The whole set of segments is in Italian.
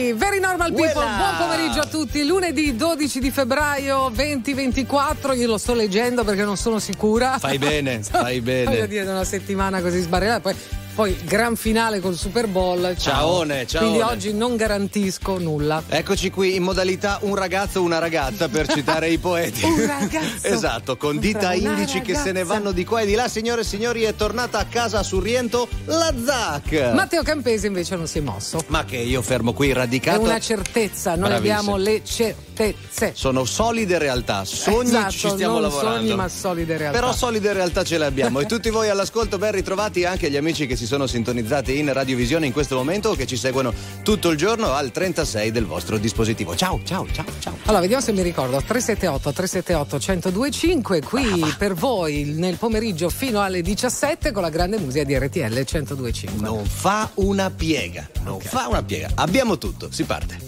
Very Normal People, buon pomeriggio a tutti. Lunedì 12 di febbraio 2024, io lo sto leggendo perché non sono sicura. Fai bene, fai bene. Voglio dire, una settimana così sbarellata, poi gran finale col Super Bowl. Ciaone. Quindi oggi non garantisco nulla. Eccoci qui in modalità un ragazzo, una ragazza, per citare i poeti. Un ragazzo. Esatto, con dita indici che se ne vanno di qua e di là. Signore e signori, è tornata a casa a Sorrento la ZAC. Matteo Campese invece non si è mosso. Ma che io fermo qui radicato. È una certezza, noi abbiamo le certezze. Sono solide realtà, sogni, esatto, ci stiamo non lavorando. Sogni, ma solide realtà. Però solide realtà ce le abbiamo. E tutti voi all'ascolto, ben ritrovati, anche gli amici che si sono sintonizzati in radiovisione in questo momento o che ci seguono tutto il giorno al 36 del vostro dispositivo. Ciao. Allora, vediamo se mi ricordo. 378-378-1025 qui per voi nel pomeriggio fino alle 17 con la grande musica di RTL 1025. Non fa una piega. Abbiamo tutto, si parte.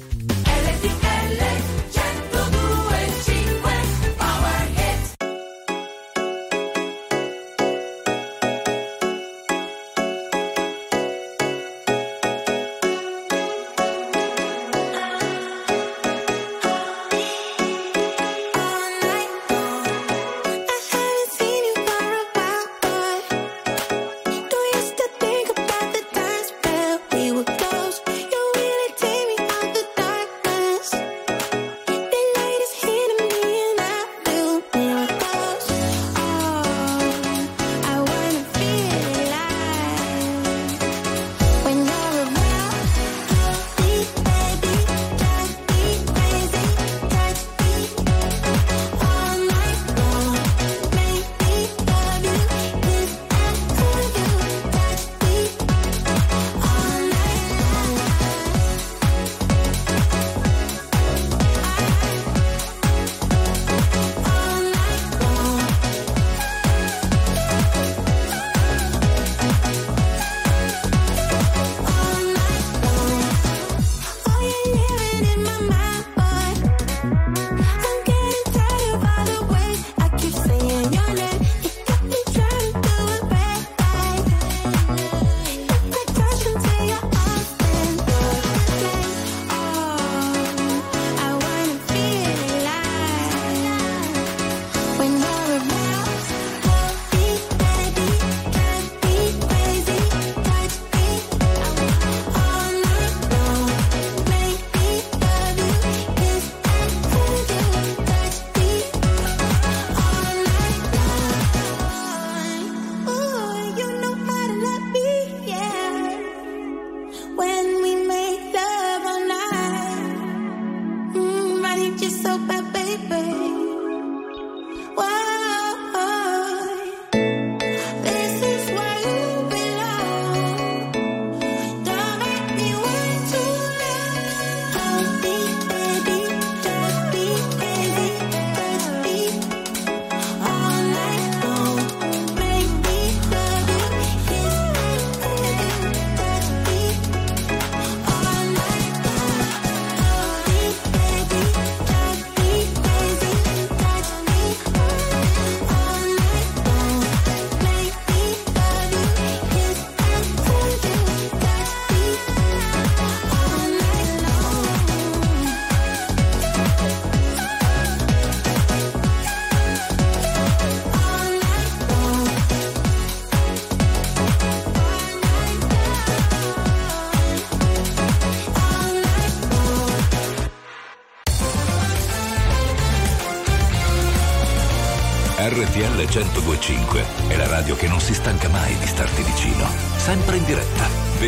RTL 1025 è la radio che non si stanca mai di starti vicino, sempre in diretta,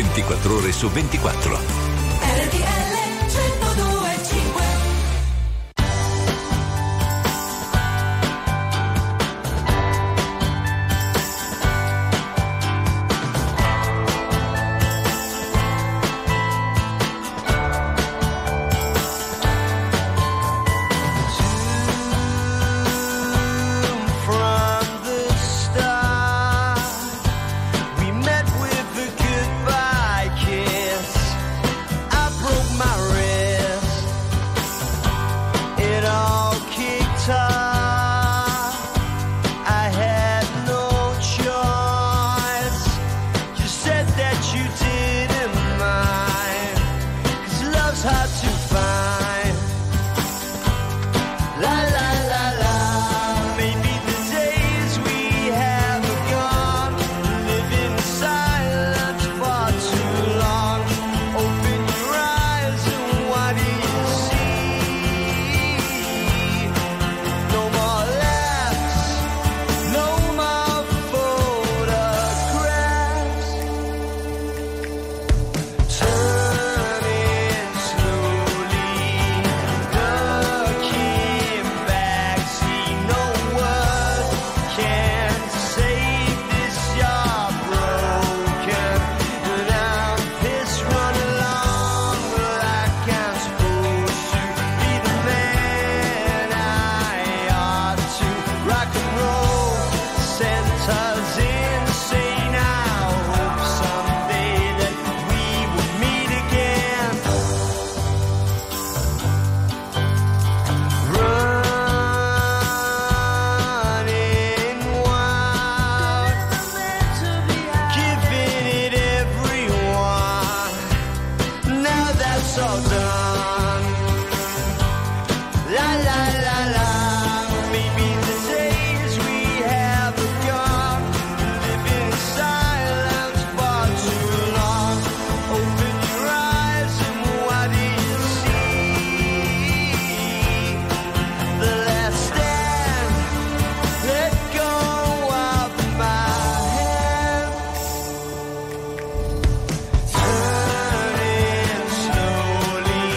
24 ore su 24. RTL 1025. My us insane. I hope someday that we will meet again. Running wild, giving it everyone. Now that's all done. La la la la. Maybe the days we have are gone. Living in silence for too long. Open your eyes and what do you see? The last stand. Let go of my hand. Turning slowly,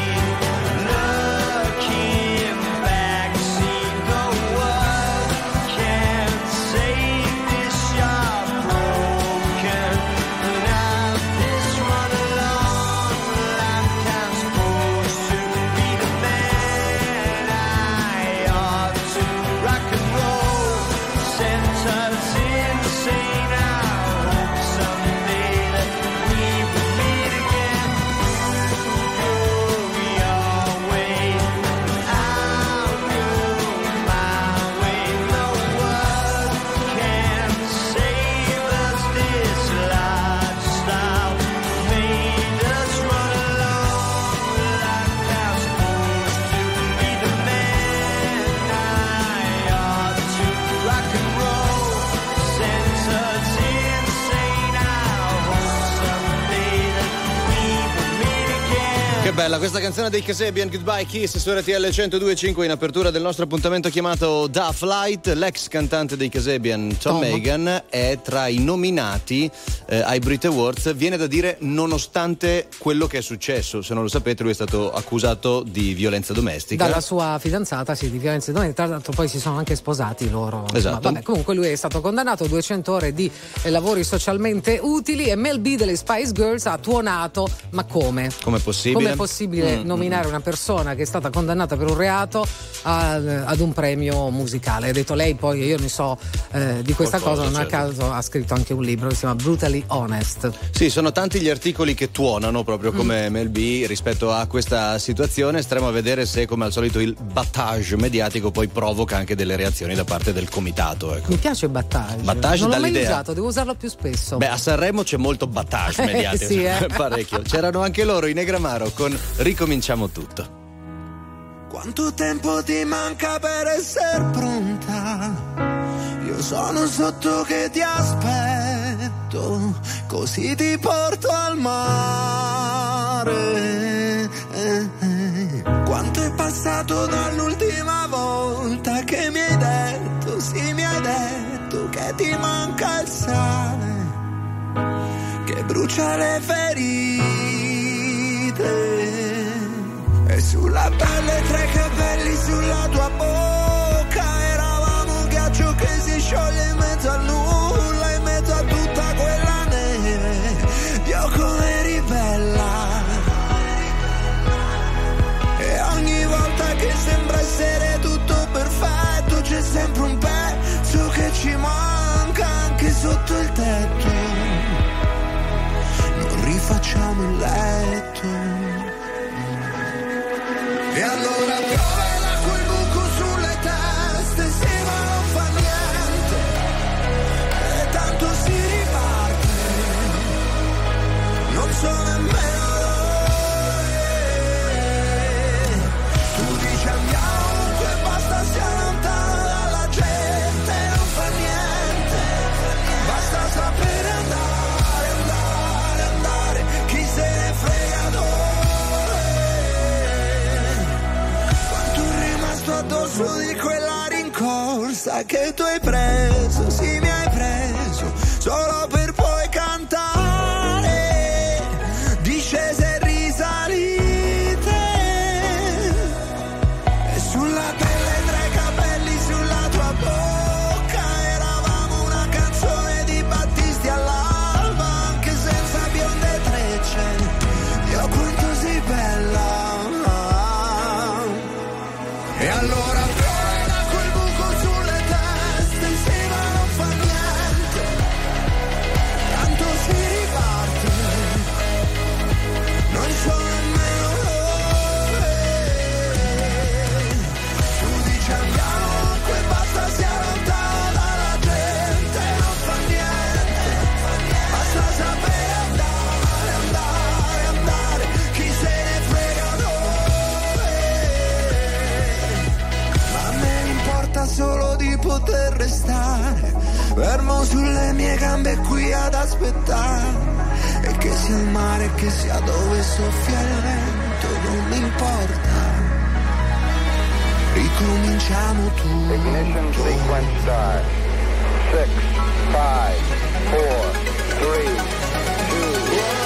looking back, see the world can't save this shop broken. And I've this run along like I'm supposed to be the man I ought to. Rock and roll sends us insane. I hope someday that we will meet again. Go your way, I'll go my way. No world can save us. This lifestyle made us run along like I'm supposed to be the man I ought to. Rock and roll sends us insane. I hope someday that we will meet again. Che bella questa canzone dei Kasabian, Goodbye Kiss, su RTL 102.5 in apertura del nostro appuntamento chiamato Da Flight. L'ex cantante dei Kasabian, Tom Megan, è tra i nominati ai Brit Awards. Viene da dire nonostante quello che è successo. Se non lo sapete, lui è stato accusato di violenza domestica. Dalla sua fidanzata, sì, di violenza domestica. Tra l'altro poi si sono anche sposati loro. Esatto. Ma vabbè, comunque lui è stato condannato a 200 ore di lavori socialmente utili e Mel B delle Spice Girls ha tuonato. Ma come? Com'è possibile? Com'è possibile nominare una persona che è stata condannata per un reato ad un premio musicale? Ha detto lei, poi io ne so di questa Qualcosa, cosa, non certo. a caso ha scritto anche un libro che si chiama Brutally Honest. Sì, sono tanti gli articoli che tuonano proprio come Mel B rispetto a questa situazione. Staremo a vedere se, come al solito, il battage mediatico poi provoca anche delle reazioni da parte del comitato. Ecco. Mi piace il battage. Battage non l'ho mai dall'idea. usato, devo usarlo più spesso. Beh, a Sanremo c'è molto battage mediatico, sì, parecchio. C'erano anche loro i Negramaro con Ricominciamo tutto. Quanto tempo ti manca per essere pronta? Io sono sotto che ti aspetto, così ti porto al mare. Quanto è passato dall'ultima volta che mi hai detto, sì mi hai detto che ti manca il sale, che brucia le ferite. E sulla pelle tre capelli sulla tua bocca, eravamo un ghiaccio che si scioglie in mezzo a nulla, in mezzo a tutta quella neve. Io come ribella, e ogni volta che sembra essere tutto perfetto c'è sempre un pezzo che ci manca anche sotto il tetto. Non rifacciamo il letto. E allora piove quel buco sulle teste, sì ma non fa niente, e tanto si riparte, non so nemmeno dove. Tu dici andiamo e basta, stiamo lontano dalla gente, non fa niente, basta sapere andare, andare, andare, chi se ne frega dove. Addosso di quella rincorsa che tu hai preso, sì mi hai preso, solo per poi cantare discese e risalite, e sulla pelle tre capelli sulla tua bocca, eravamo una canzone di Battisti all'alba, anche senza bionde trecce. Dio quanto sei bella. E allora piove da quel buco sulle teste, sì ma mano sulle mie gambe qui ad aspettare. E che sia il mare, che sia dove soffia il vento, non mi importa. Ricominciamo tutto. Ignition sequence start. 6, 5, 4, 3, 2, 1.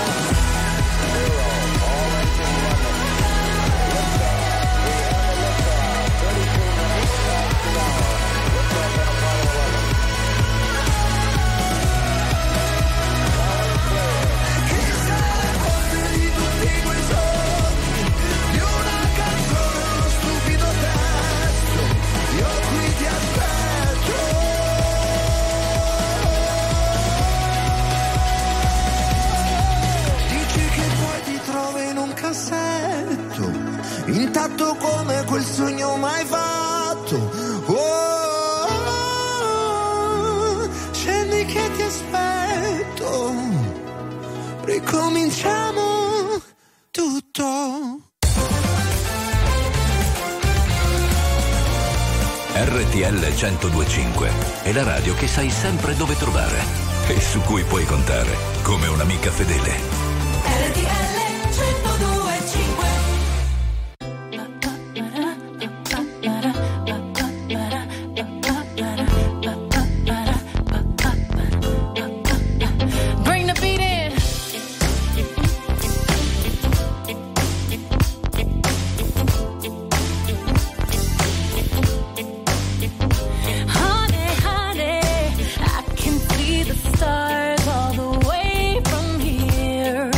Intatto come quel sogno mai fatto. Oh, scendi che ti aspetto. Ricominciamo tutto. RTL 1025 è la radio che sai sempre dove trovare e su cui puoi contare come un'amica fedele. RTL 1025. Bring the beat in. Honey, honey, I can see the stars all the way from here.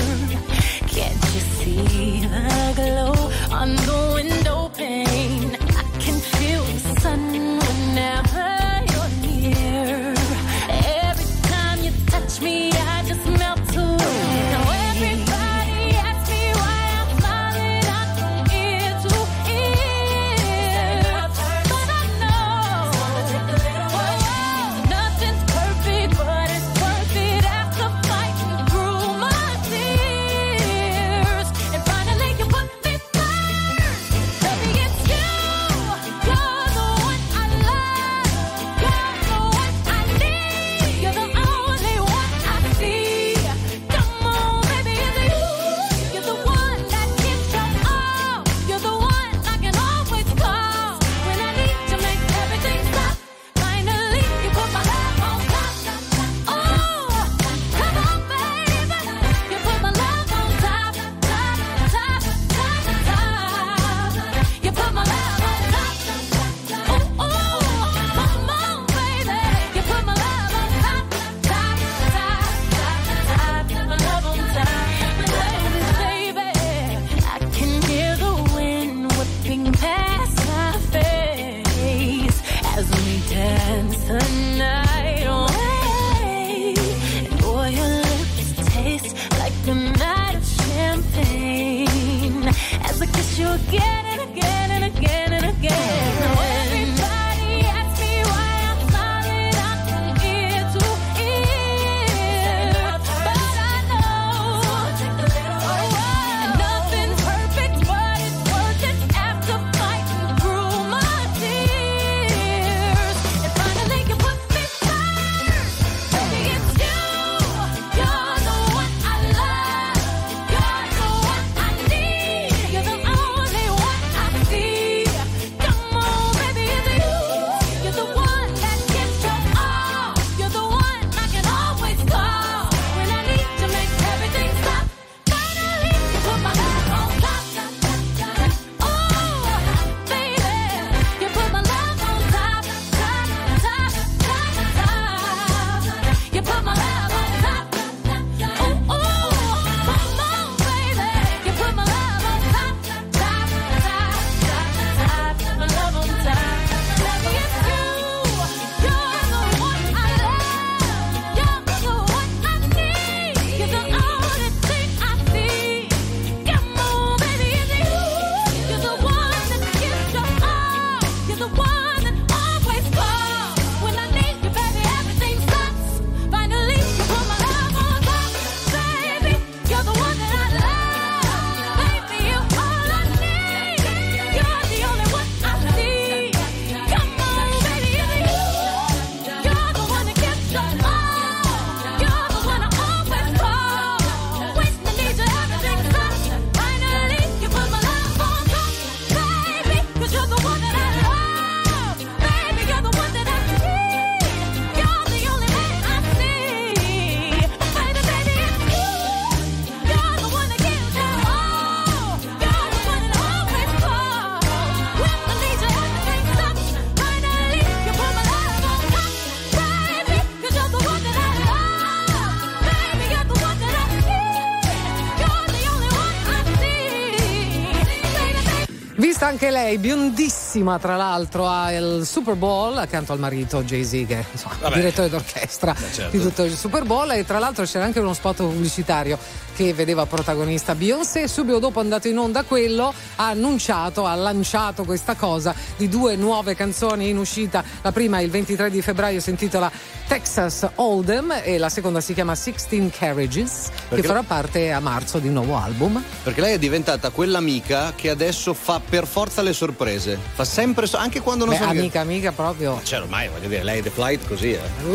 anche lei, biondissima tra l'altro, al Super Bowl accanto al marito Jay-Z, che è direttore d'orchestra di tutto il Super Bowl, e tra l'altro c'era anche uno spot pubblicitario che vedeva protagonista Beyoncé. Subito dopo è andato in onda quello, ha lanciato questa cosa di 2 nuove canzoni in uscita. La prima il 23 di febbraio si intitola Texas Hold'em e la seconda si chiama 16 Carriages, che farà parte a marzo di un nuovo album. Perché lei è diventata quell'amica che adesso fa per forza le sorprese, fa sempre anche quando non sa amica proprio. Cioè ormai voglio dire, lei è The Flight così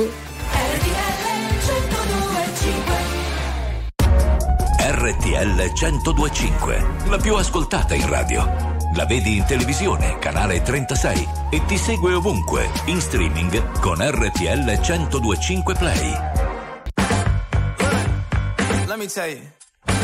RTL 102.5, la più ascoltata in radio. La vedi in televisione, canale 36, e ti segue ovunque, in streaming con RTL 102.5 Play. Let me tell you,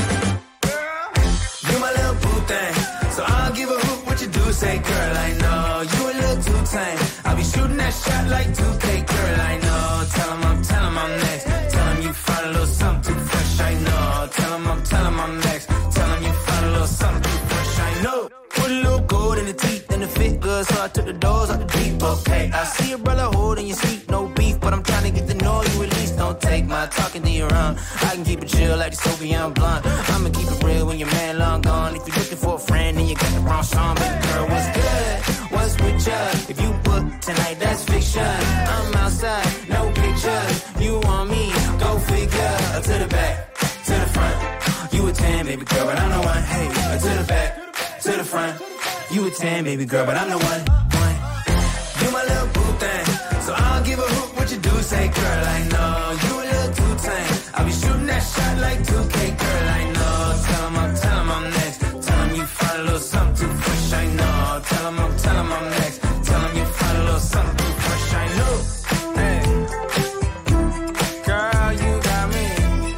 you my little boo thing, so I'll give a hoot what you do. Say, girl, I know you a little too tame. I'll be shooting that shot like 2K, girl, I know. Tell 'em I'm next. Tell 'em you find a little something too fresh, I know. Tell 'em I'm next. Tell 'em you find a little something too fresh, I know. Put a little gold in the teeth and it fit good, so I took the doors out the deep. Okay, I see a brother holding your seat, no beef, but I'm trying to get to know you at least. Don't take my talking to your own. I can keep it chill like the Soviet blunt. I'ma keep it real when your man long gone. If you're looking for a friend and you got the wrong song, baby girl, what's good? What's with ya? If you book tonight, that's fiction. I'm outside, no pictures. You want me? Go figure. To the back, to the front. You a 10, baby girl, but I'm the one. Hey, to the back, to the front. You a 10, baby girl, but I'm the one. You my little boo thing, so I'll give a hoot what you do. Say, girl, I know you a little too tame. I'll be shooting that shot like 2K, girl, I know. Tell 'em I'm next. Tell 'em you find a little something too fresh, I know. Tell 'em I'm next. Tell 'em you find a little something too fresh, I know. Hey, girl, you got me.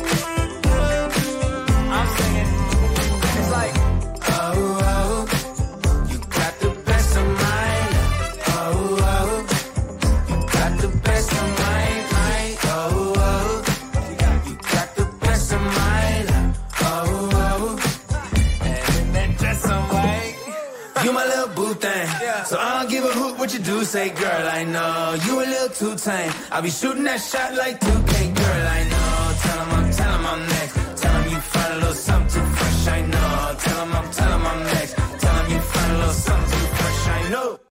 I'm singing. It's like, oh, you got the best of mine. Oh, you got the best of mine. Oh, you got the best of mine. Oh, and that dress on white. You my little boo thing, so I don't give a hoot what you do. Say, girl, I know you a little too tame. I'll be shooting that shot like 2K, girl, I know. Tell 'em I'm next. Tell 'em you find a little something too fresh, I know. Tell 'em I'm next. Tell 'em you find a little something too fresh, I know.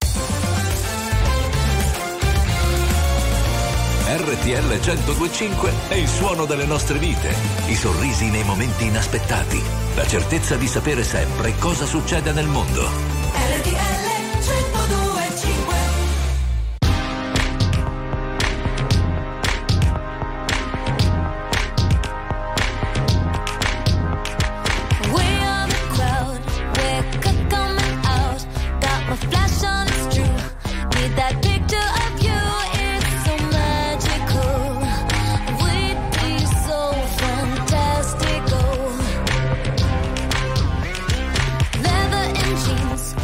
RTL 102.5 è il suono delle nostre vite, i sorrisi nei momenti inaspettati, la certezza di sapere sempre cosa succede nel mondo. RTL 102.5. We are the crowd, we're coming out. Got my flash on, it's true. Need that picture of you, it's so magical. We'd be so fantastical. Leather and jeans,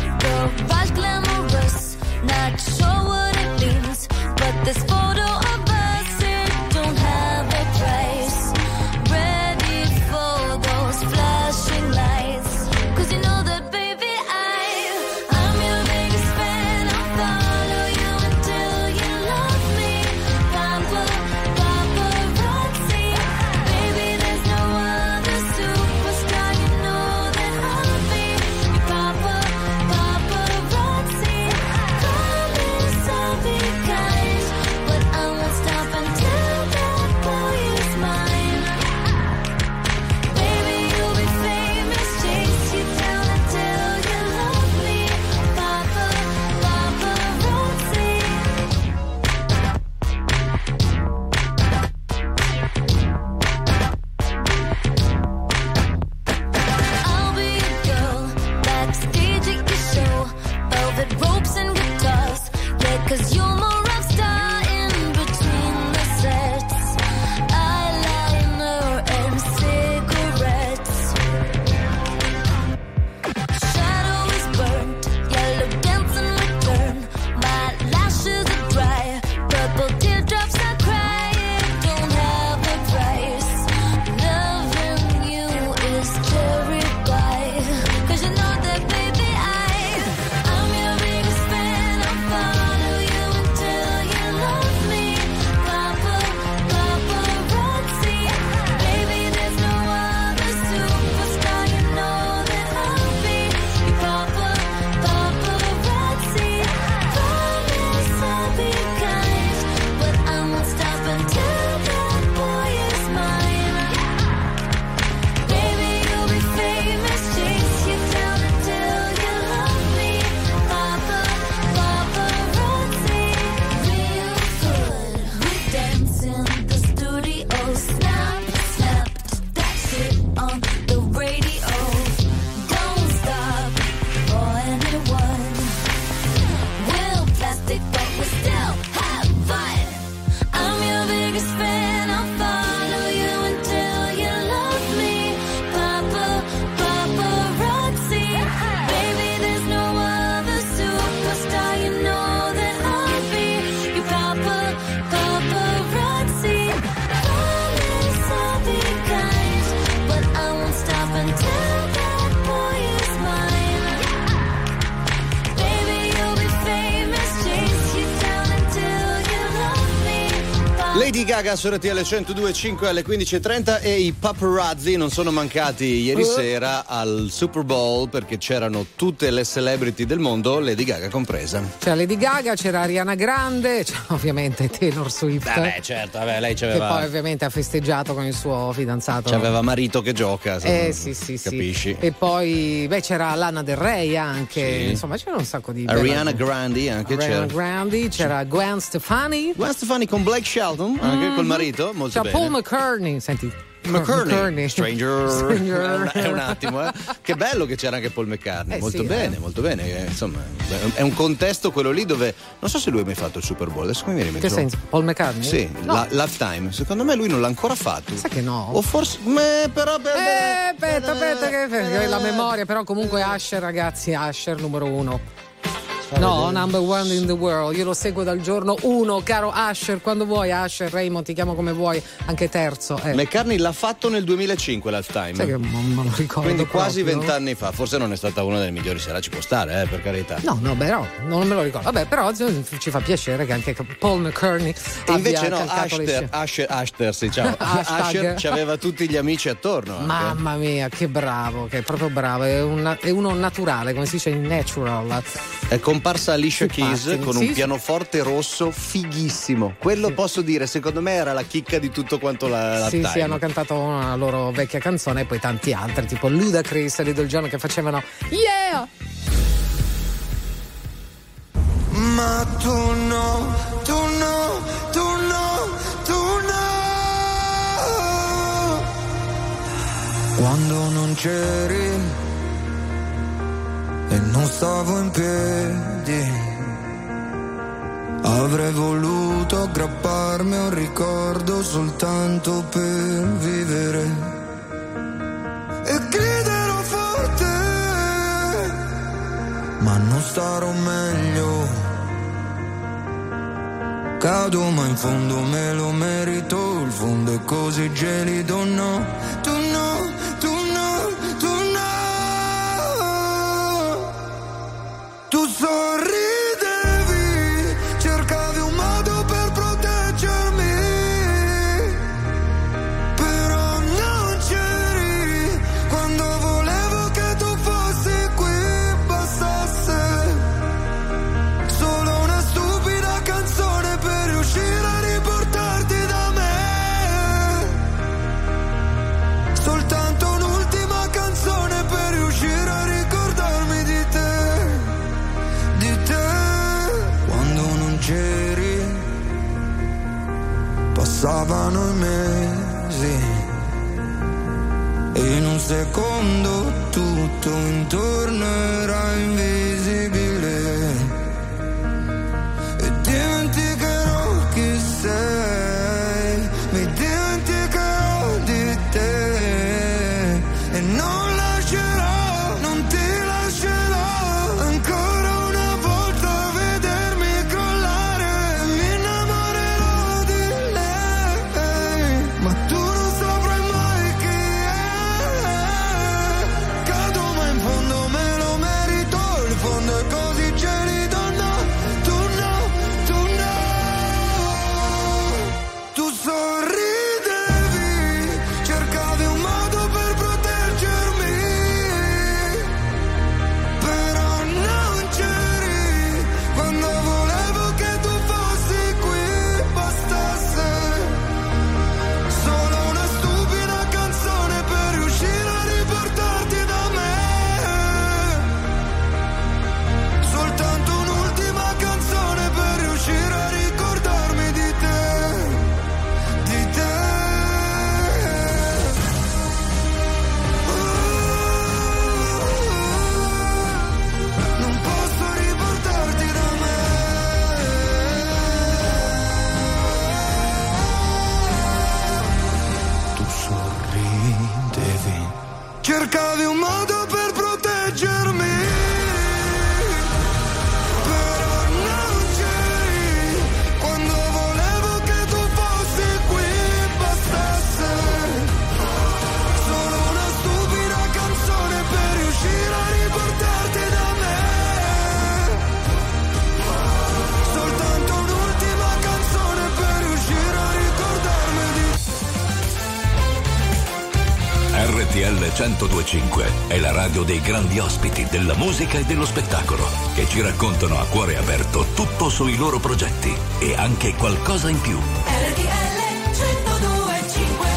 Lady Gaga su RTL 102.5 alle 15.30 e i paparazzi non sono mancati ieri sera al Super Bowl perché c'erano tutte le celebrity del mondo, Lady Gaga compresa. C'era Lady Gaga, c'era Ariana Grande, c'era ovviamente Taylor Swift. Certo, lei c'aveva. Che poi ovviamente ha festeggiato con il suo fidanzato. C'aveva marito che gioca. Sì. Capisci? E poi c'era Lana Del Rey anche, sì. Insomma c'era un sacco di. Ariana Grande anche c'era Gwen Stefani. Gwen Stefani con Blake Shelton, anche col marito, molto bene. Paul McCartney, senti. McCartney. Stranger. È un attimo, Che bello che c'era anche Paul McCartney. Molto bene. Insomma, è un contesto quello lì dove non so se lui ha mai fatto il Super Bowl. Adesso mi viene in mente. Che senso? Paul McCartney? Sì, no. Lifetime. Secondo me lui non l'ha ancora fatto. Sai che no? O forse. Però. Aspetta, che la memoria, però comunque Usher, ragazzi, Usher numero 1. No, number one in the world. Io lo seguo dal giorno 1, caro Usher. Quando vuoi, Usher, Raymond, ti chiamo come vuoi, anche terzo. McCartney l'ha fatto nel 2005 Lifetime. Sai che non me lo ricordo. Quindi quasi proprio. 20 anni fa. Forse non è stata una delle migliori sere, ci può stare, per carità. No, però non me lo ricordo. Vabbè, però ci fa piacere che anche Paul McCartney e invece no, Usher, sì, ciao. Usher c'aveva tutti gli amici attorno. Mamma mia, che bravo, che è proprio bravo. È uno naturale, come si dice, natural. È comparsa Alicia Keys con un pianoforte rosso fighissimo. Quello posso dire, secondo me era la chicca di tutto quanto la Sì, time. sì, hanno cantato una loro vecchia canzone e poi tanti altri, tipo Ludacris e Little John che facevano yeah! Ma tu no. Quando non c'eri e non stavo in piedi, avrei voluto aggrapparmi a un ricordo soltanto per vivere e griderò forte, ma non starò meglio. Cado ma in fondo me lo merito, il fondo è così gelido, no, tu no. Tu sorridevi, cercavi un modo per proteggermi, però non c'eri quando volevo che tu fossi qui, bastasse solo una stupida canzone per riuscire a riportarti da me, soltanto un'ultima canzone per riuscire a ricordarmi di te. C'eri, passavano i mesi e in un secondo tutto intorno era invisibile e dimenticherò chi sei, mi dimenticherò di te e non lascerò, non ti lascerò ancora una volta vedermi. Cercavi un modo per proteggermi, però non c'eri quando volevo che tu fossi qui, bastasse solo una stupida canzone per riuscire a riportarti da me, soltanto un'ultima canzone per riuscire a ricordarmi. RTL 1025 è la radio dei grandi ospiti della musica e dello spettacolo che ci raccontano a cuore aperto tutto sui loro progetti e anche qualcosa in più. RTL 1025.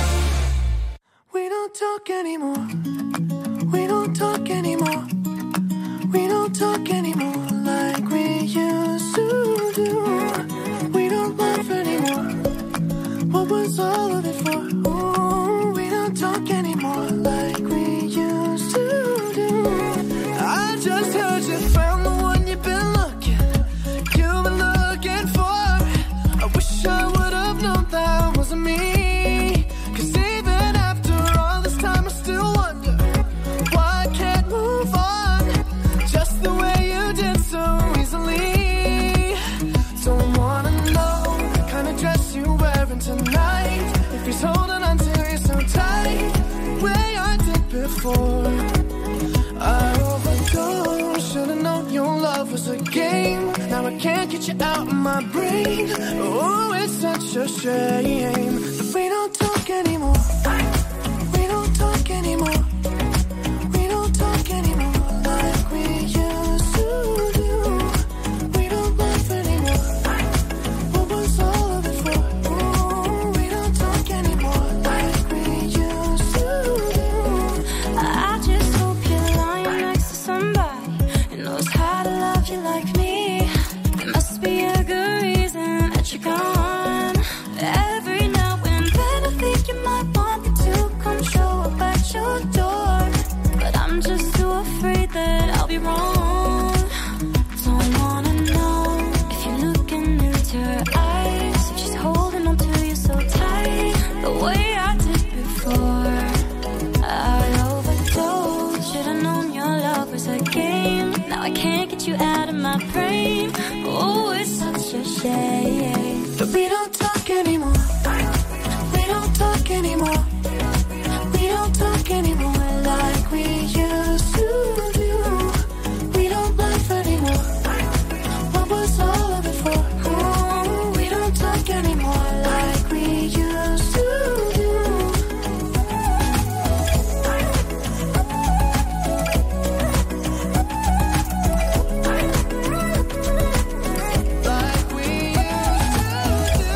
We don't talk anymore. We don't talk anymore. We don't talk anymore like we used to do. We don't laugh anymore. What was all of it for? Ooh, we don't talk anymore like we used to do. I just heard you found the one you've been looking for. I wish I would have known that wasn't me. 'Cause even after all this time I still wonder why I can't move on just the way you did so easily. Don't wanna know the kind of dress you're wearing tonight, if he's holding on to you so tight, the way I did before. I overdosed, should've known your love was a game. Now I can't get you out of my brain. Oh, it's such a shame that we don't talk anymore. We don't talk anymore. We don't talk anymore like we used to do. We don't laugh anymore. What was all of it for? Ooh, we don't talk anymore like we used to do. I just hope you're lying next to somebody who knows how to love you like me. There must be a good reason that you're gone. Every now and then I think you might want me to come show up at your door, but I'm just too afraid that I'll be wrong. Don't wanna know if you're looking into her eyes, if she's holding on to you so tight, the way I did before. I overdosed, should've known your love was a game. Now I can't get you out of my brain. Oh, it's such a shame But we don't talk anymore. We don't talk anymore. We don't talk anymore like we used to do. We don't laugh anymore. What was all of it for? Ooh, we don't talk anymore like we used to do. Like we used to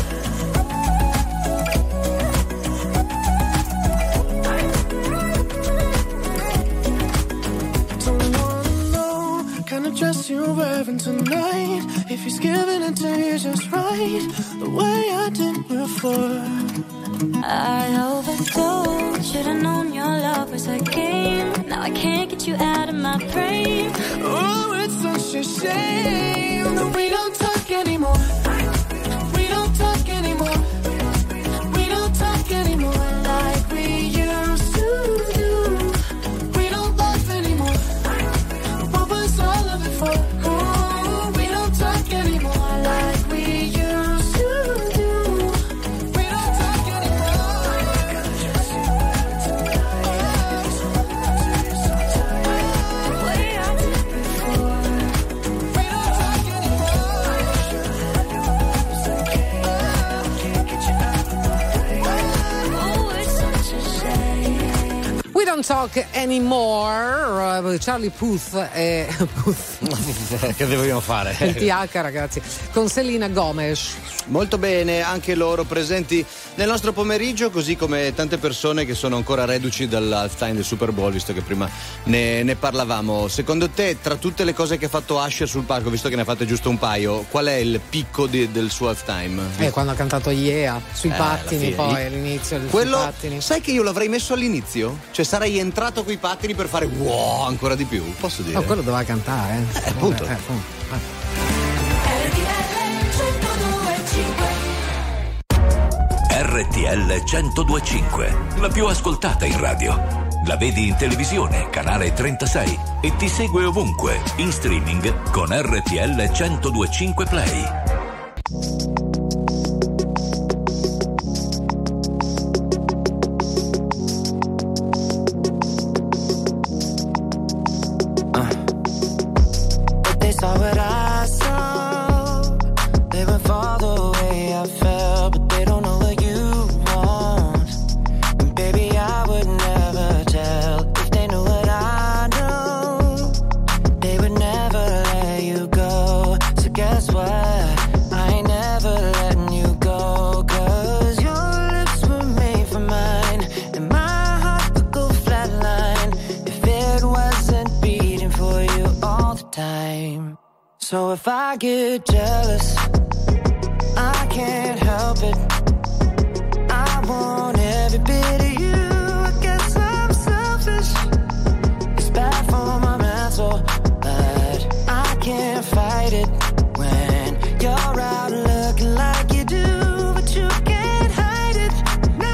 Don't wanna know kind of dress you're wearing tonight, if he's giving it to you just right, the way I did before. I overdosed, should've known your love was a game. Now I can't get you out of my brain. Oh, it's such a shame that we don't talk anymore. We don't talk anymore. We don't talk anymore like we used to do. We don't laugh anymore. What was all of it for? Oh, we don't talk anymore like we used to do. We don't talk anymore. The way I did before. We don't talk Oh, it's such a shame. We don't talk anymore. Charlie Puth e Che dobbiamo fare? il TH, ragazzi, con Selena Gomez. Molto bene, anche loro presenti nel nostro pomeriggio, così come tante persone che sono ancora reduci dall'halftime del Super Bowl, visto che prima ne parlavamo. Secondo te, tra tutte le cose che ha fatto Usher sul palco, visto che ne ha fatte giusto un paio, qual è il picco del suo halftime? Quando ha cantato Yeah sui pattini, alla fine. poi all'inizio sui Quello, pattini. sai che io l'avrei messo all'inizio? Cioè sarei entrato coi pattini per fare wow ancora di più, posso dire? No, quello doveva cantare. appunto. appunto. RTL 1025, la più ascoltata in radio. La vedi in televisione, canale 36 e ti segue ovunque, in streaming con RTL 1025 Play. They saw what I saw. They went far the way I felt, but they don't know what you want. And baby, I would never So if I get jealous, I can't help it. I want every bit of you. I guess I'm selfish. It's bad for my mental, but I can't fight it when you're out looking like you do, but you can't hide it. No,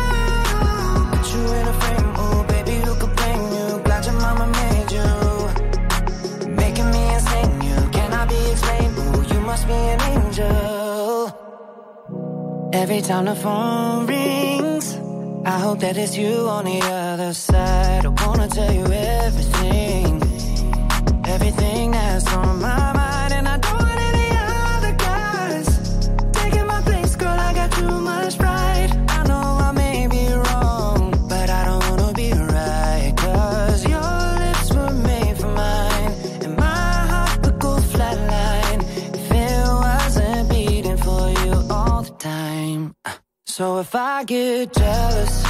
put you in a frame, oh baby, who could blame you? Glad your mama made you, making me insane. You cannot be explained. Oh, you must be an angel. Every time the phone rings, I hope that it's you on the other side. I wanna tell you everything, everything that's on my mind. And I don't want any other guys taking my place, girl, I got too much pride. I know I may be wrong, but I don't wanna be right, 'cause your lips were made for mine, and my heart would go flatline if it wasn't beating for you all the time. So if I get jealous,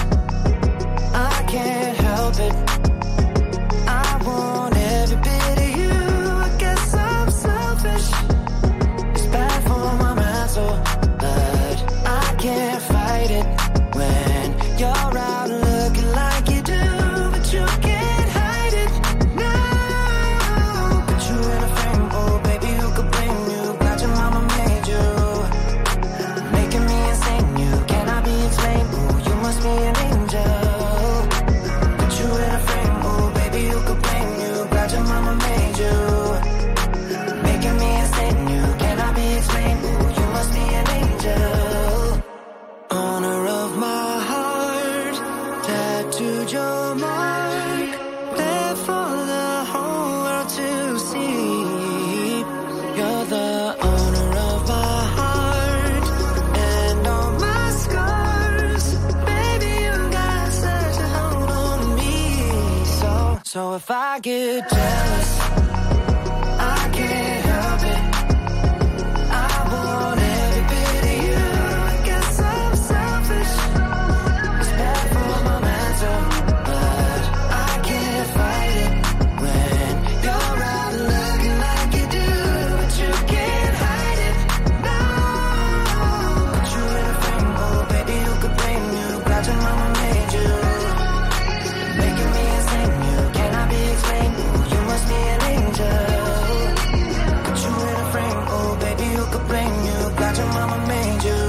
I can't help it. I want every bit of you. I guess I'm selfish. It's bad for my mental, but I can't fight it when you're out looking like you do, but you can't hide it. No, put you in a frame, oh baby, who could blame you? Glad your mama made you, making me insane. You cannot be explained. Oh, you must be an angel. Put you in a frame, oh baby, who could blame you? Glad your mama made you, making me insane. You cannot be explained. Oh, you must be an angel. Honor of my heart, tattooed your mark, there for the whole world to see. You're the owner of my heart and all my scars. Baby, you got such a hold on me. So if I get jealous, I can't help it. I want every bit of you. I guess I'm selfish. It's bad for my mental, but I can't fight it when you're out looking like you do, but you can't hide it. No, put you in a frame, oh baby, who could blame you? Glad your mama made you, making me insane. You cannot be explained. Oh, you must be an angel. Put you in a frame, oh baby, who could blame you? Glad your mama made you,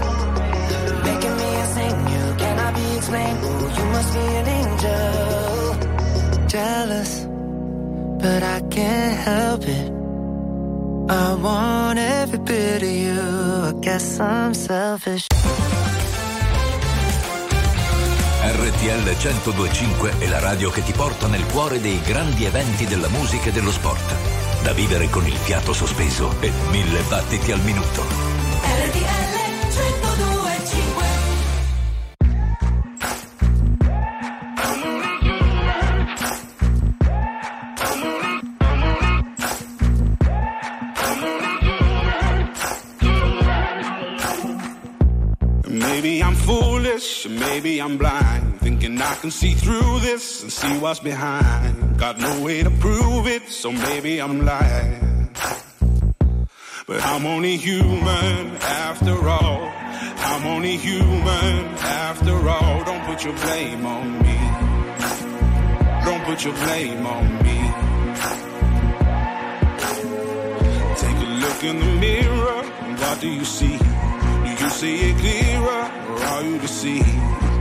making me insane. You cannot be explained. Oh, you must be an angel. Jealous, but I can't help it. I want every bit of you. I guess I'm selfish. RTL 102.5 è la radio che ti porta nel cuore dei grandi eventi della musica e dello sport. Da vivere con il fiato sospeso e 1000 battiti al minuto. RTL 102.5. Maybe I'm foolish, maybe I'm blind, thinking I can see through this and see what's behind. Got no way to prove it, so maybe I'm lying. But I'm only human after all. I'm only human after all. Don't put your blame on me. Don't put your blame on me. Take a look in the mirror, what do you see? Do you see it clearer, or are you deceived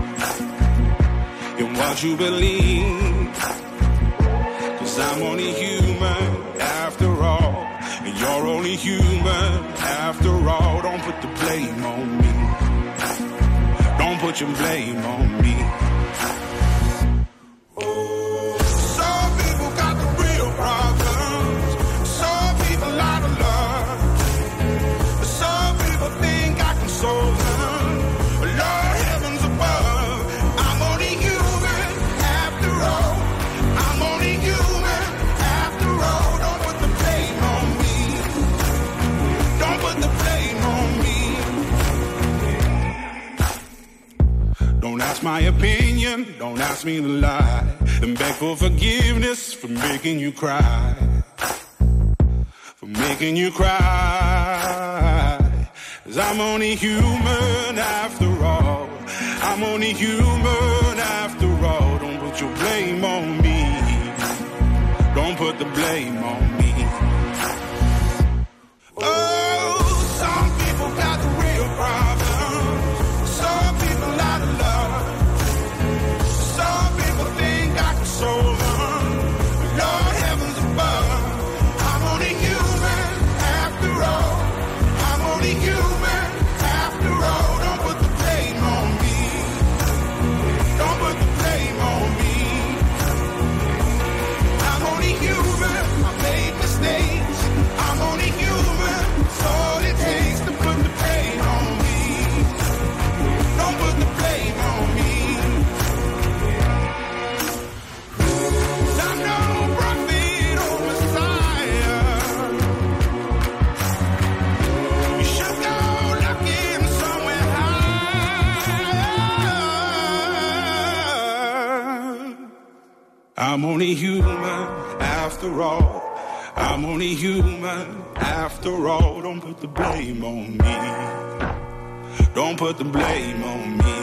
in what you believe? 'Cause I'm only human after all, and you're only human after all. Don't put the blame on me. Don't put your blame on me. Some people got the real problems. Some people out of love. Some people think I can solve them. Lord heavens above, I'm only human after all. I'm only human after all. Don't put the blame on me. Don't put the blame on me. Don't ask my opinion, don't ask me to lie, and beg for forgiveness for making you cry, for making you cry. 'Cause I'm only human after all. I'm only human after all. Don't put your blame on me. Don't put the blame on me. Oh, some people got the real problem. Some people out of love. Some people think I can solve them. Lord heavens above. I'm only human after all. I'm only human after all. Don't put the blame on me. Don't put the blame on me. I'm only human. I made mistakes. I'm only human. It's all it takes to put the blame on me. Don't put the blame on me. 'Cause I'm no prophet or Messiah. You should go looking somewhere high. I'm only human after all. I'm only human after all. Don't put the blame on me. Don't put the blame on me.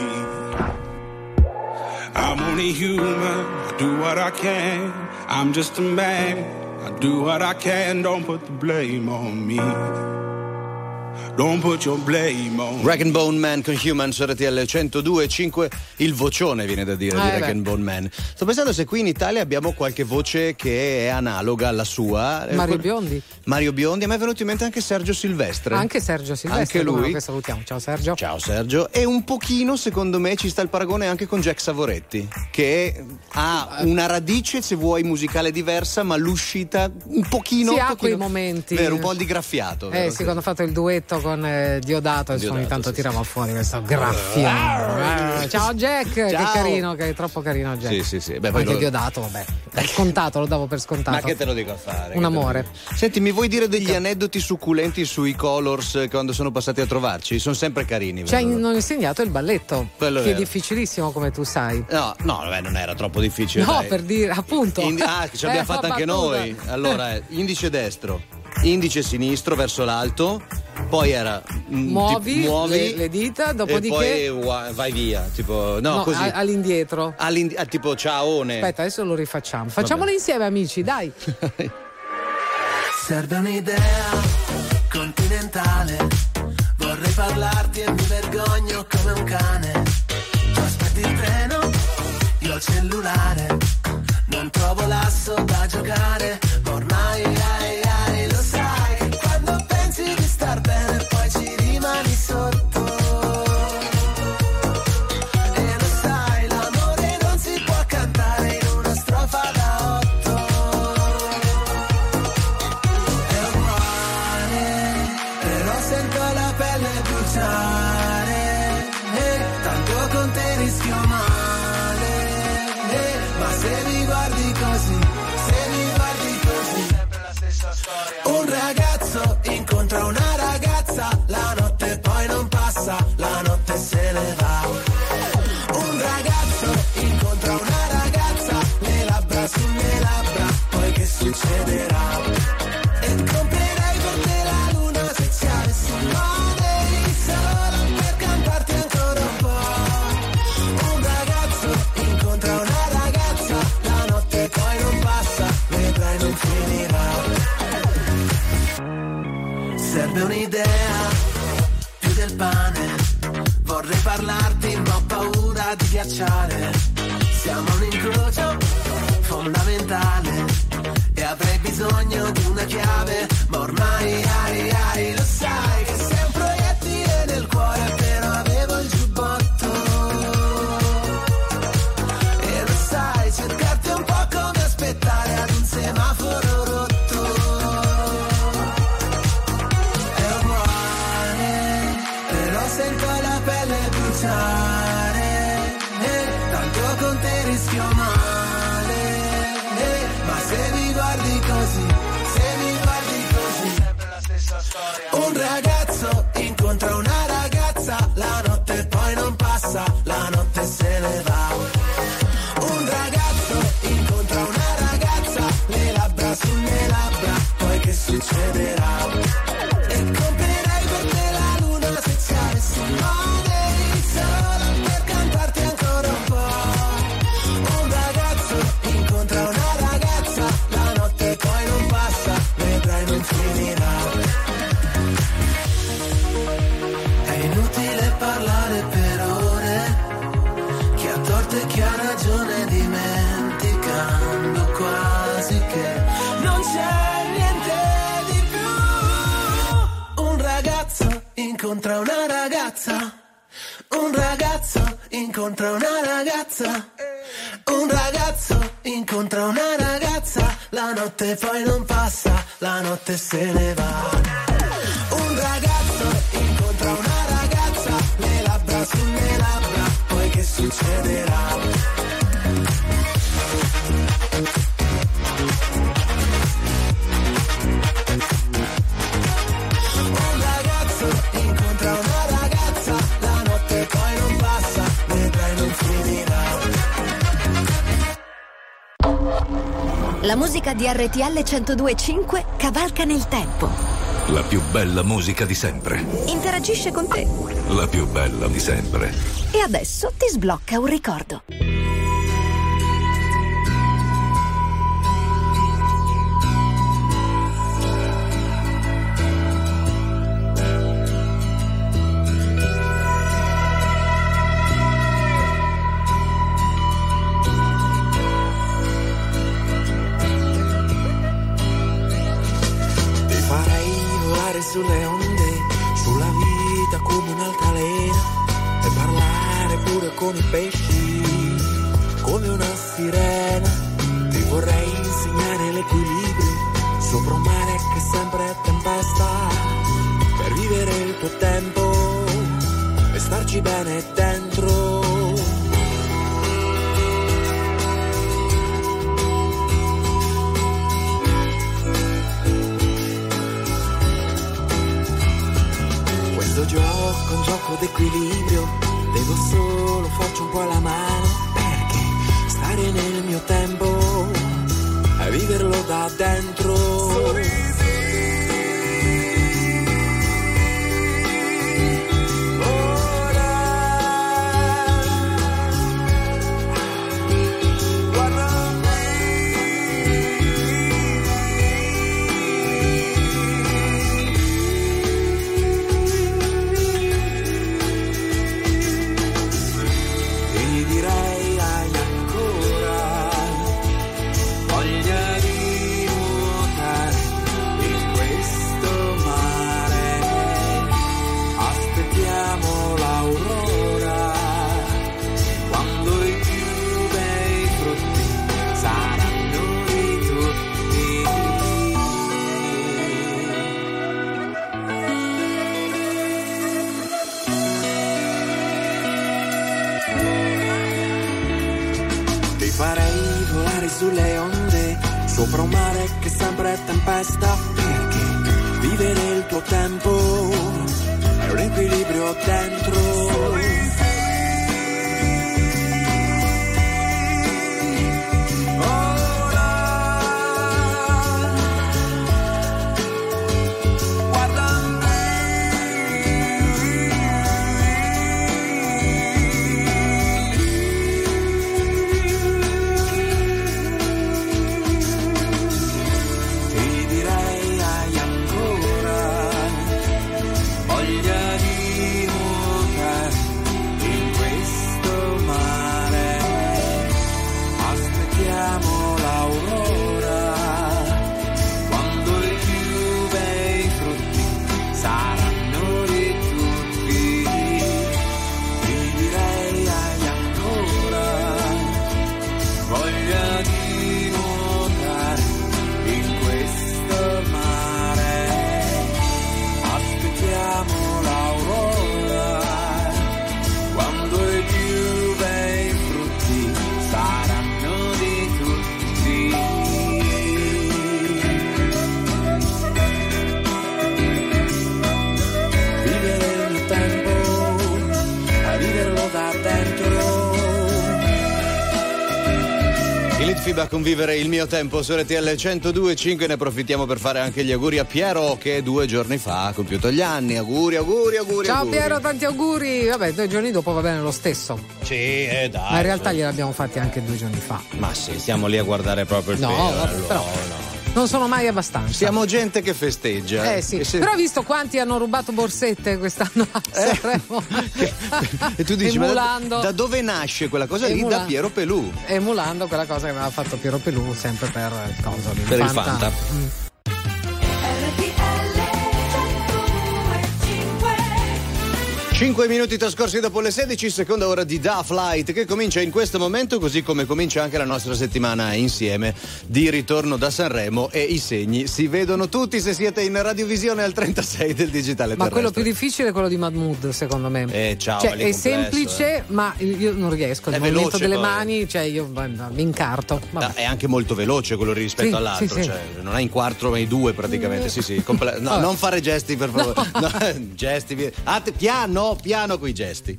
I'm only human. I do what I can. I'm just a man. I do what I can. Don't put the blame on me. Don't put your blame on Rag and Bone Man con Human su RTL 102.5, il vocione viene da dire di Rag and Bone Man. Sto pensando se qui in Italia abbiamo qualche voce che è analoga alla sua. Mario Biondi. Mario Biondi, a me è venuto in mente anche Sergio Silvestre. Anche Sergio Silvestre. Anche lui. Che salutiamo. Ciao Sergio. Ciao Sergio. E un pochino, secondo me, ci sta il paragone anche con Jack Savoretti, che ha una radice, se vuoi, musicale diversa, ma l'uscita un pochino. Sì, un ha pochino, quei momenti. Vero, un po' di graffiato. Vero? Sì, quando ha fatto il duetto con Diodato, ogni tanto sì, tirava fuori questo graffiano. Ciao Jack, Ciao. che carino, che è troppo carino Jack. Sì. Beh, anche Diodato, vabbè, è scontato, lo davo per scontato. Ma che te lo dico a fare? Un amore. Senti, mi vuoi dire degli aneddoti succulenti sui Colors quando sono passati a trovarci? Sono sempre carini. Ci hanno insegnato il balletto, Quello che è vero. difficilissimo, come tu sai. No, vabbè, non era troppo difficile. No, dai. per dire, appunto. Ce l'abbiamo fatta anche battuta. noi. Allora, indice destro, indice sinistro verso l'alto, poi era muovi le dita, dopodiché e poi vai via, tipo no così all'indietro. Tipo ciaone. Aspetta, adesso lo rifacciamo. Facciamolo insieme, amici, dai. Serve un'idea continentale. Vorrei parlarti e mi vergogno come un cane. Tu aspetti il treno, io il cellulare. Non trovo l'asso da giocare, ma ormai lo sai che quando pensi di star bene poi ci rimani sotto. E lo sai, l'amore non si può cantare in una strofa da 8. È uguale, però sento la pelle bruciare. Tanto con te rischio male. Ma se mi guardi così, sempre la stessa storia. Un ragazzo incontra una ragazza, la notte poi non passa, la notte se ne va. Un ragazzo incontra una ragazza, le labbra sulle labbra, poi che succederà? E comprerei per te la luna se ci avessi un money, solo per cantarti ancora un po'. Un ragazzo incontra una ragazza, la notte poi non passa, vedrai non finirà. Serve un'idea, più del pane. Vorrei parlarti ma ho paura di ghiacciare. Siamo un incrocio fondamentale e avrei bisogno di una chiave, ma ormai lo sai che sei un proiettile nel cuore, però avevo il giubbotto. E lo sai, cercarti è un po' come aspettare ad un semaforo rotto. È uguale, però sento la pelle bruciare. Tanto con te rischio male. Ma se mi guardi così, sempre la stessa storia. Un ragazzo incontra una ragazza, la notte poi non passa, la notte se ne va. Un ragazzo incontra una ragazza, le labbra sulle labbra, poi che succederà? incontra una ragazza. Un ragazzo incontra una ragazza, la notte poi non passa, la notte se ne va. Un ragazzo incontra una ragazza, le labbra sulle labbra, poi che succederà? La musica di RTL 102.5 cavalca nel tempo. La più bella musica di sempre. Interagisce con te. La più bella di sempre. E adesso ti sblocca un ricordo. Sulle onde, sulla vita come un'altalena, e parlare pure con i pesci come una sirena. Ti vorrei insegnare l'equilibrio sopra un mare che sempre è tempesta, per vivere il tuo tempo e starci bene dentro. Gioco, un gioco d'equilibrio, devo solo farci un po' la mano, perché stare nel mio tempo e viverlo da dentro. Sulle onde, sopra un mare che sempre è tempesta, perché vivere il tuo tempo è un equilibrio dentro. FIBA con Vivere il mio tempo su RTL 102.5. Ne approfittiamo per fare anche gli auguri a Piero, che 2 giorni fa ha compiuto gli anni. Auguri. Ciao Piero, tanti auguri. Vabbè, 2 giorni dopo va bene lo stesso. Sì, dai. Ma in realtà gliel'abbiamo fatti anche 2 giorni fa. Ma sì, stiamo lì a guardare proprio il pelo. Però non sono mai abbastanza. Siamo gente che festeggia. Sì. Però visto quanti hanno rubato borsette quest'anno a Sanremo. E tu dici, emulando, ma da dove nasce quella cosa lì? Da Piero Pelù. Emulando quella cosa che aveva fatto Piero Pelù, sempre per il coso di per il Fanta. 5 minuti trascorsi dopo le 16, seconda ora di Da Flight che comincia in questo momento, così come comincia anche la nostra settimana insieme di ritorno da Sanremo, e i segni si vedono tutti se siete in radiovisione al 36 del digitale terrestre. Ma quello più difficile è quello di Mahmood, secondo me. Ciao, cioè, è semplice, ma io non riesco. Il movimento delle mani, cioè io mi incarto. È anche molto veloce quello rispetto all'altro, sì. Cioè non è in 4 ma in 2 praticamente. Sì. No, non fare gesti, per favore. No. Gesti, piano coi gesti.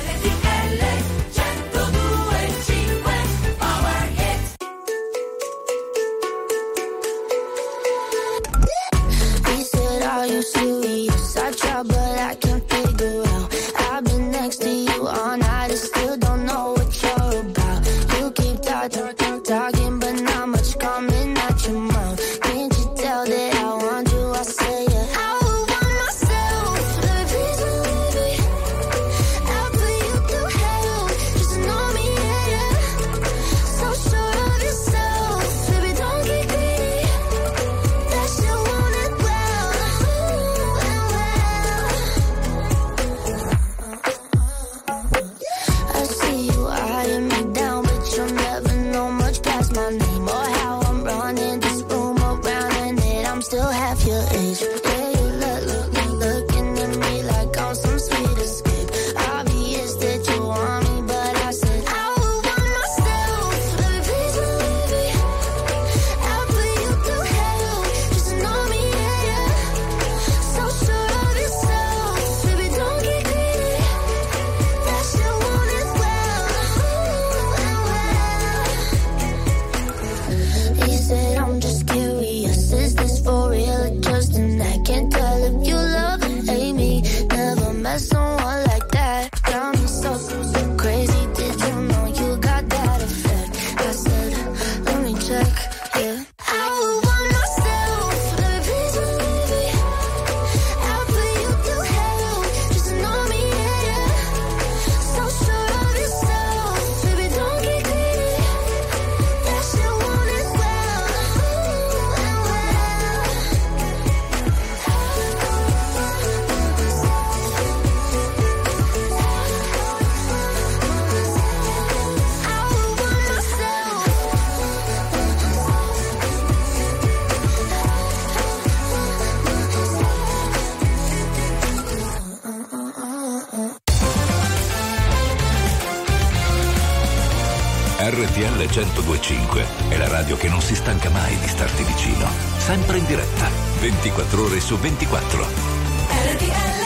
He said, are you serious? I try, but I can't figure out. I've been next to you all night and still don't know what you're about. You keep talking, but not much coming out your mouth. Can't you tell that I want you? I say it. I would want myself. Let me please believe me. I'll put you through hell. Just to know me, yeah. So sure of yourself. Baby, don't get greedy. That shit want it well. I see you eyeing me down, but you'll never know much past my name or how I'm running this room around, and that I'm still half your age. Yeah, you looking at me like I'm some sweet escape. Obvious that you want me, but I said I would want myself. Let me please believe me. I'll put you through hell. Just to know me, yeah. So sure of yourself. Baby, don't get greedy. That shit want it well. He said, I'm just curious. Is this for real or just an act? Can't tell if you love or hate me. Never met someone like that. Got me so crazy. Did you know you got that effect? I said, let me check. Yeah. I would want myself. Let me please believe me. I'll put you through hell. Just to know me, yeah. So sure of yourself. Baby, don't get greedy. That shit want it well. I would want myself. RTL 102.5 è la radio che non si stanca mai di starti vicino, sempre in diretta, 24 ore su 24. RTL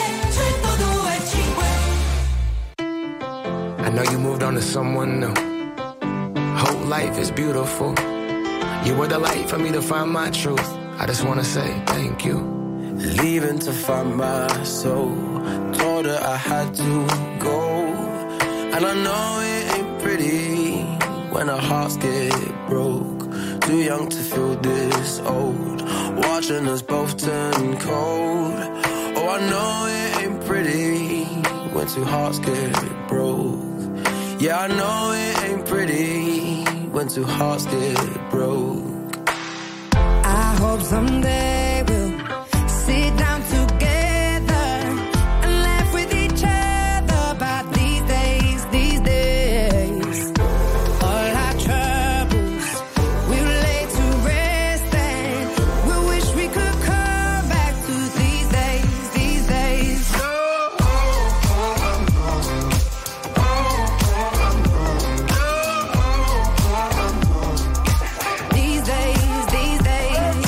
102.5. I know you moved on to someone new. Whole life is beautiful. You were the light for me to find my truth. I just wanna say thank you. Leaving to find my soul. Told her I had to go. And I know it ain't pretty when our hearts get broke. Too young to feel this old. Watching us both turn cold. Oh, I know it ain't pretty when two hearts get broke. Yeah, I know it ain't pretty when two hearts get broke. I hope someday we'll sit down together and laugh with each other about these days, these days. All our troubles we'll lay to rest, and we wish we could come back to these days, these days. These days, these days.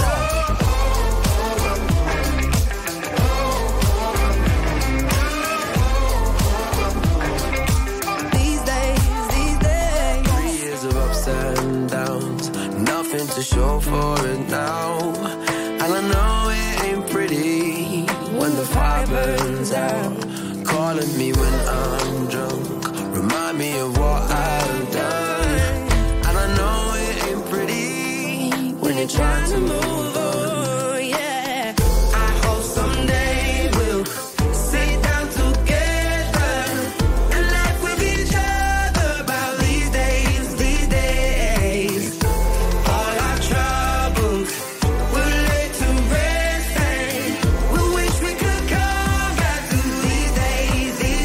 These days, these days. 3 years of ups and downs, nothing to show for it now. And I know it ain't pretty when the fire burns out. Calling me when I'm drunk, remind me of what I've done. And I know it ain't pretty when you're trying to move on. Oh, yeah. I hope someday we'll sit down together and laugh with each other about these days, these days. All our troubles we'll lay to rest, and we wish we could come back to these days, these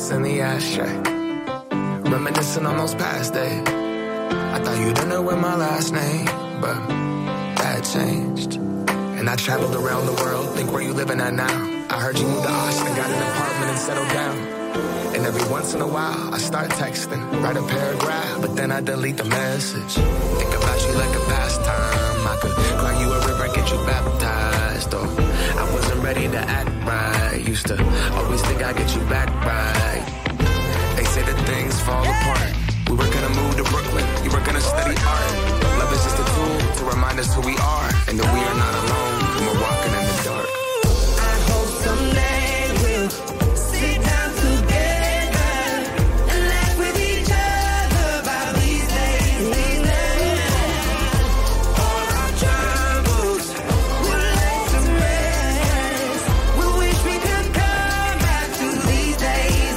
cigarettes in the ashtray. Reminiscing on those past days. I thought you didn't know with my last name, but that changed. And I traveled around the world, think where you living at now. I heard you moved to Austin, got an apartment and settled down. And every once in a while, I start texting, write a paragraph, but then I delete the message. Think about you like a pastime. I could cry you a river, get you baptized. Or I wasn't ready to act right. Used to always think I'd get you back right. They say that things fall apart. We were gonna move to Brooklyn, you were gonna study art. Love is just a tool to remind us who we are, and that we are not alone when we're walking in the dark. I hope someday we'll sit down together and laugh with each other about these days. All our troubles will lay to rest. We wish we could come back to these days.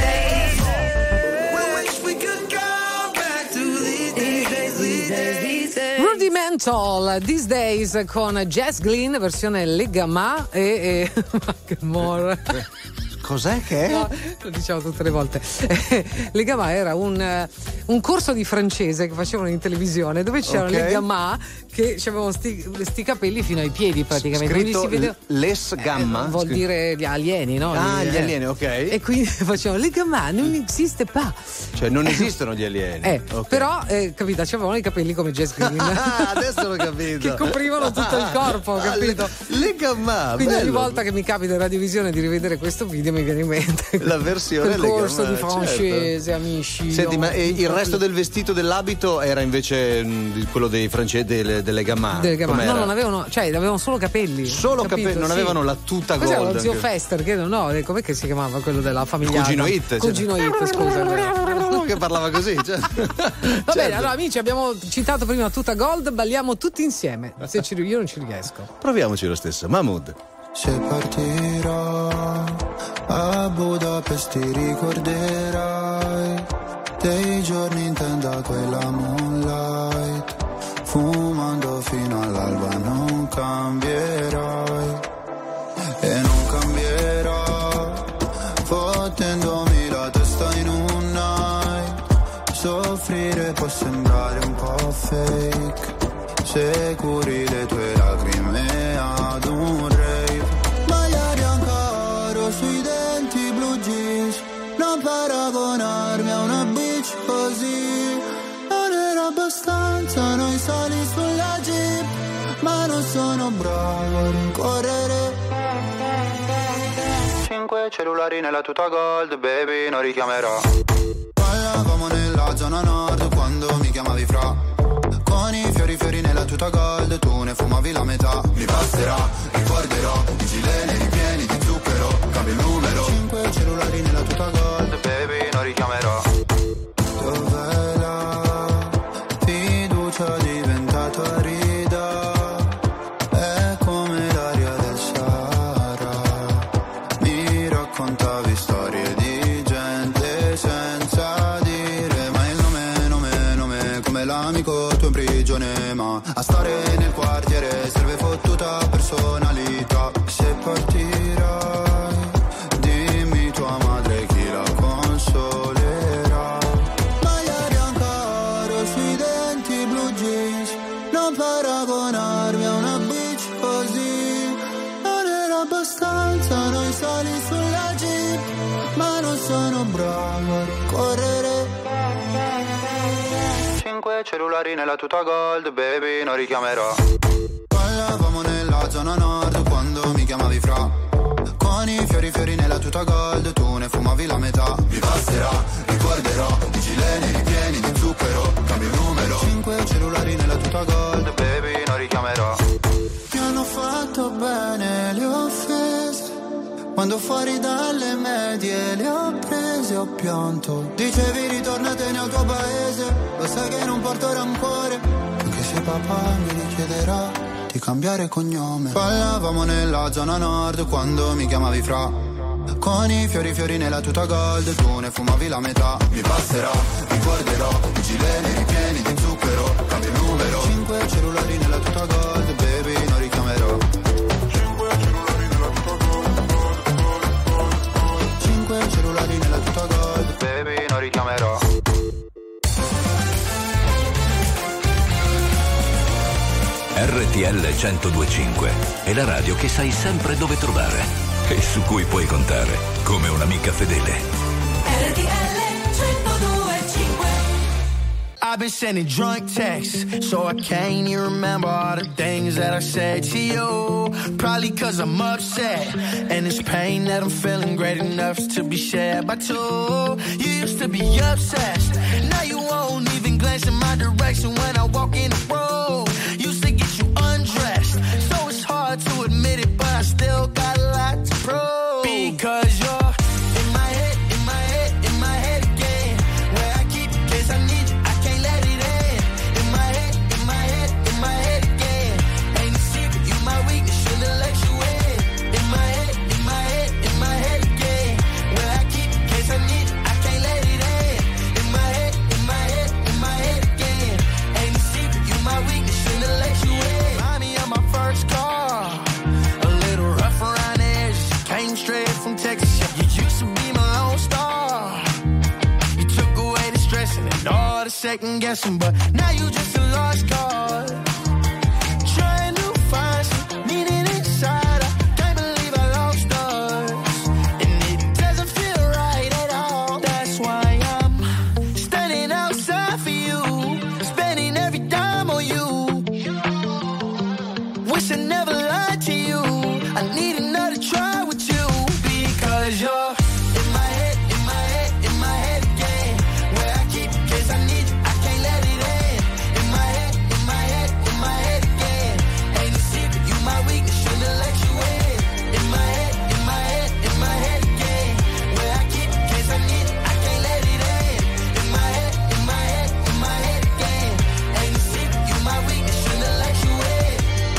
We wish we could come back to these days. Rudimental, These Days con Jess Glynn, versione Legama e More. Cos'è che è? No, lo diciamo tutte le volte. Legama era un corso di francese che facevano in televisione, dove c'erano le gamma che avevano sti capelli fino ai piedi praticamente. Scritto quindi si vede, les gamma vuol dire gli alieni, no? Gli alieni, ok. E quindi facevano le gamma, non esiste pas. Cioè non esistono gli alieni. Okay. Però, capito, avevano i capelli come Jess Glynn. Adesso l'ho capito. Che coprivano tutto il corpo, capito? Le gamma. Quindi bello. ogni volta che mi capita in radiovisione di rivedere questo video mi viene in mente la versione quel corso di Legama, francese, certo. amici. Senti, ma il resto del vestito, dell'abito era invece quello dei francesi, delle gamma? No, non avevano, cioè avevano solo capelli. Solo capelli, non avevano la tuta gold. Cos'era lo zio Fester? Che no, com'è che si chiamava quello della famiglia? Cugino Hit. Cugino Hit, scusa. Che parlava così. Cioè. Va bene, allora amici, abbiamo citato prima tuta gold, balliamo tutti insieme. Se io non ci riesco. Proviamoci lo stesso. Mahmood. Se partirò a Budapest ti ricorderai dei giorni in tenda quella moonlight, fumando fino all'alba non cambierai e non cambierò, fottendomi la testa in un night. Soffrire può sembrare un po' fake se curi le tue lacrime ad un rave. Magliare ancora sui denti blu jeans, non paragonarmi a una bitch così. Non era abbastanza noi soli sulla jeep, ma non sono bravo a rincorrere. 5 cellulari nella tuta gold, baby, non richiamerò. Ballavamo nella zona nord quando mi chiamavi fra. Con i fiori nella tuta gold, tu ne fumavi la metà. Mi passerà, ricorderò, i gileni ripieni di zucchero, cambio il numero. 5 cellulari nella tuta gold, baby, non richiamerò. Dov'è la fiducia diventata rida? È come l'aria del Sahara. Mi raccontavi storie di gente senza dire mai il nome, come l'amico tuo in prigione. Ma a stare nel quartiere serve fottuta personalità. Se partirai, dimmi tua madre chi la consolerà. Magliare ancora sui denti blu jeans, non paragonarmi a una bitch così. Non era abbastanza noi soli sulla jeep, ma non sono bravo a correre. 5 cellulari nella tuta gold, baby, non richiamerò. Ballavamo nella zona nord quando mi chiamavi fra. Con i fiori nella tuta gold, tu ne fumavi la metà. Mi passerà, ricorderò, i gileni ripieni di zucchero, cambio il numero. 5 cellulari nella tuta gold, baby, non richiamerò. Mi hanno fatto bene le offese, quando fuori dalle medie le ho prese, ho pianto. Dicevi ritornatene al tuo paese, lo sai che non porto rancore, anche se papà mi richiederà di cambiare cognome. Ballavamo nella zona nord quando mi chiamavi fra. Con i fiori nella tuta gold, tu ne fumavi la metà. Mi passerà, ricorderò, i gileni ripieni di zucchero, cambio il numero. 5 cellulari nella tuta gold, baby, non richiamerò. 5 cellulari nella tuta RTL 102.5 è la radio che sai sempre dove trovare e su cui puoi contare come un'amica fedele. RTL 102.5. I've been sending drunk texts, so I can't even remember all the things that I said to you. Probably 'cause I'm upset, and it's pain that I'm feeling great enough to be shared by two. You used to be obsessed, now you won't even glance in my direction when I walk in the room. Used to get you undressed, so it's hard to admit it, but I still got a lot to prove. Because you're in my head, in my head, in my head again. Where I keep in case I need you, I can't let it in. In my head, in my head, in my head again. Ain't a secret, you my weakness, shouldn't let you in. In my head, in my head, in my head again. Where I keep in case I need you, I can't let it in. In my head, in my head, in my head again. Ain't a secret, you my weakness, shouldn't let you in. Remind me of my first car, a little rough around the edges. Came straight from Texas. You used to be my lone star. You took away the stressing and all the second guessing, but now you just a lost cause. Trying to find some meaning inside. I can't believe I lost us, and it doesn't feel right at all. That's why I'm standing outside for you, spending every dime on you. Wish I never lied to you. I need another try with you, because you're in my head, in my head, in my head again. Where I keep in case I need you, I can't let it in. In my head, in my head, in my head again. Ain't a secret, you my weakness, shouldn't let you in. In my head, in my head, in my head again. Where I keep in case I need you, I can't let it in. In my head, in my head, in my head again. Ain't a secret, you my weakness, shouldn't let you in.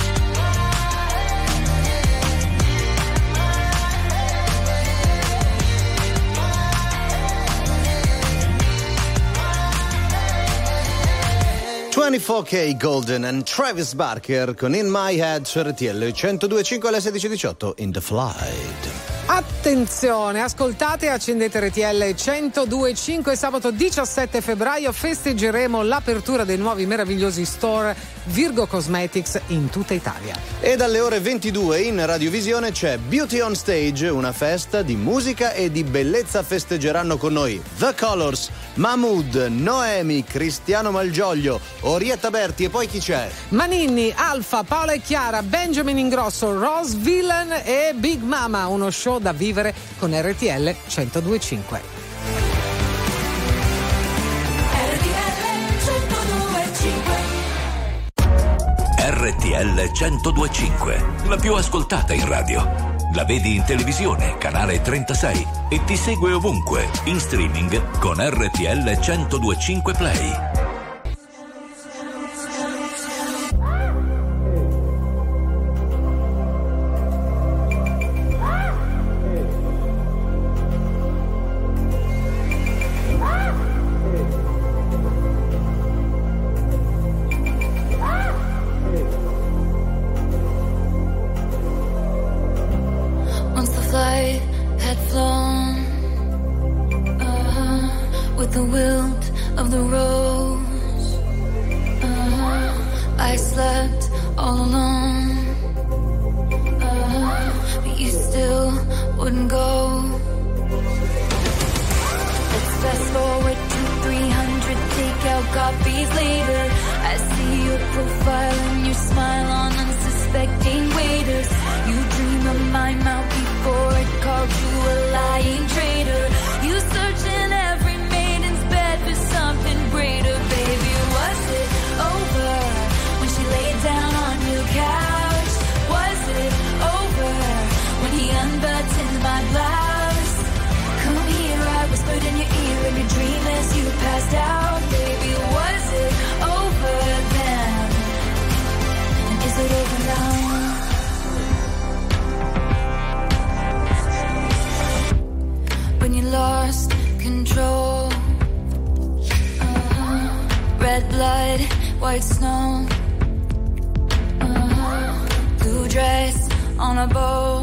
"24K Golden and Travis Barker con In My Head su RTL 102.5 alle 16.18 in The Flight. Attenzione, ascoltate e accendete RTL 102.5. Sabato 17 febbraio festeggeremo l'apertura dei nuovi meravigliosi store Virgo Cosmetics in tutta Italia. E dalle ore 22 in radiovisione c'è Beauty on Stage, una festa di musica e di bellezza. Festeggeranno con noi The Colors, Mahmood, Noemi, Cristiano Malgioglio, Orietta Berti e poi chi c'è? Maninni, Alfa, Paola e Chiara, Benjamin Ingrosso, Rose Villain e Big Mama. Uno show da vivere con RTL 102.5. RTL 102.5, la più ascoltata in radio. La vedi in televisione, canale 36 e ti segue ovunque, in streaming con RTL 102.5 Play. With the wilt of the rose, I slept all alone, but you still wouldn't go. Let's fast forward to 300 takeout copies later. I see your profile and your smile on unsuspecting waiters. You dream of my mouth before it called you a lying traitor. You search in every maiden's bed for something greater, baby. Was it over when she laid down on your couch? Was it over when he unbuttoned my blouse? Come here, I whispered in your ear in your dream as you passed out, baby. Was it over then? And is it over now? When you lost control, red blood, white snow, blue dress on a boat,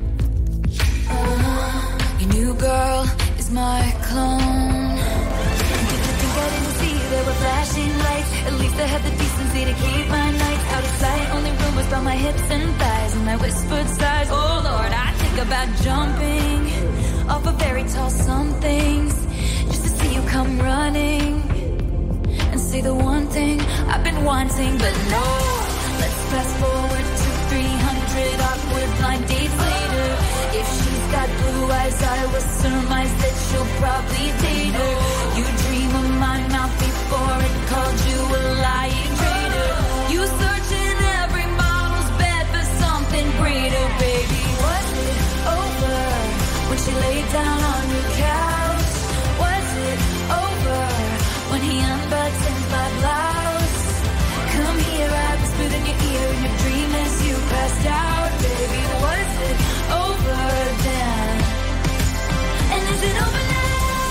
your new girl is my clone. Did you think I didn't see there were flashing lights? At least I had the decency to keep my nights out. out of sight. Only rumors about my hips and thighs and my whispered sighs. Oh Lord, I think about jumping off a very tall somethings just to see you come running and say the one thing I've been wanting. But no, let's fast forward to 300 awkward blind dates later. If she's got blue eyes, I will surmise that she'll probably date her. You dream of my mouth before it called you a lying traitor. You search in every model's bed for something greater, baby. Was it over when she laid down on your couch? Was it over when he unbuttons my blouse? Come here, I whispered in your ear in your dream as you passed out, baby. Was it over then? And is it over now?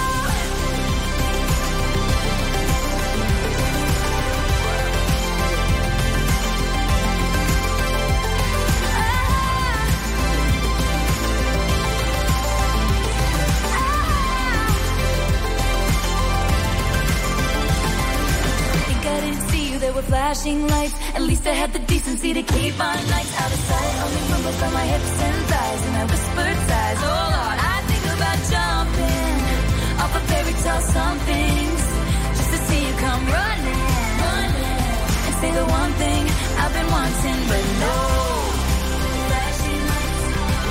I didn't see you, there were flashing lights. At least I had the decency to keep my nights out of sight. Only rumbles from my hips and thighs and my whispered sighs. Oh Lord, I think about jumping off a fairy tale somethings just to see you come running and say the one thing I've been wanting. But no, flashing lights.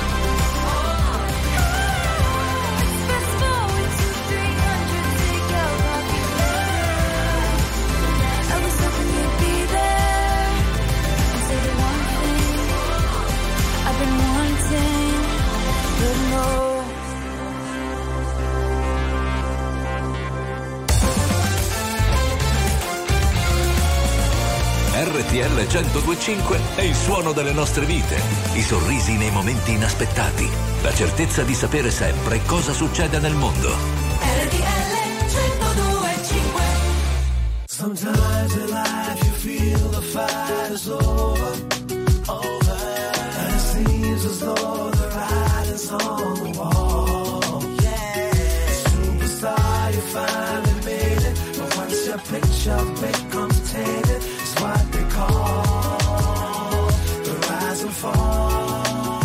Let's fast forward to 300 take out coffee. I was hoping you'd be there and say the one thing I've been wanting, but no. RTL 102.5 è il suono delle nostre vite, i sorrisi nei momenti inaspettati, la certezza di sapere sempre cosa succede nel mondo. RTL 102.5. Sometimes in life you feel the fight is over, and it seems as though the writing's on the wall. Superstar, you finally made it, but once your picture becomes tainted, it's what they call the rise and fall.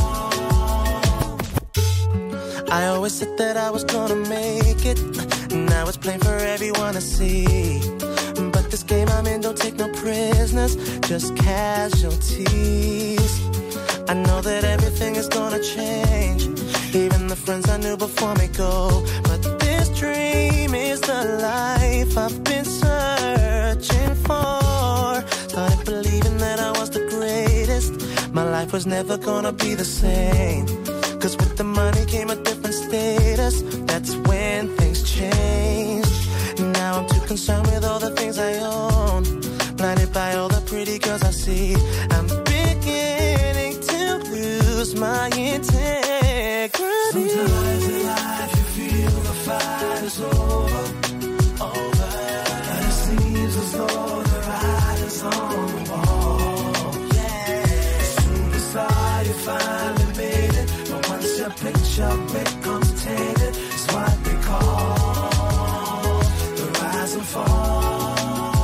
I always said that I was gonna make it, now it's plain for everyone to see. But this game I'm in don't take no prisoners, just casualties. I know that everything is gonna change, even the friends I knew before me go. But this dream is the life I've been searching for. Started believing that I was the greatest, my life was never gonna be the same. Cause with the money came a different status, that's when things changed. Now I'm too concerned with all the things I own, blinded by all the pretty girls I see. I'm beginning to lose my integrity. Sometimes in life you feel the fight is over, and it seems as though the writing's on the wall. Superstar, you finally made it, but once your picture becomes tainted, it's what they call and fall.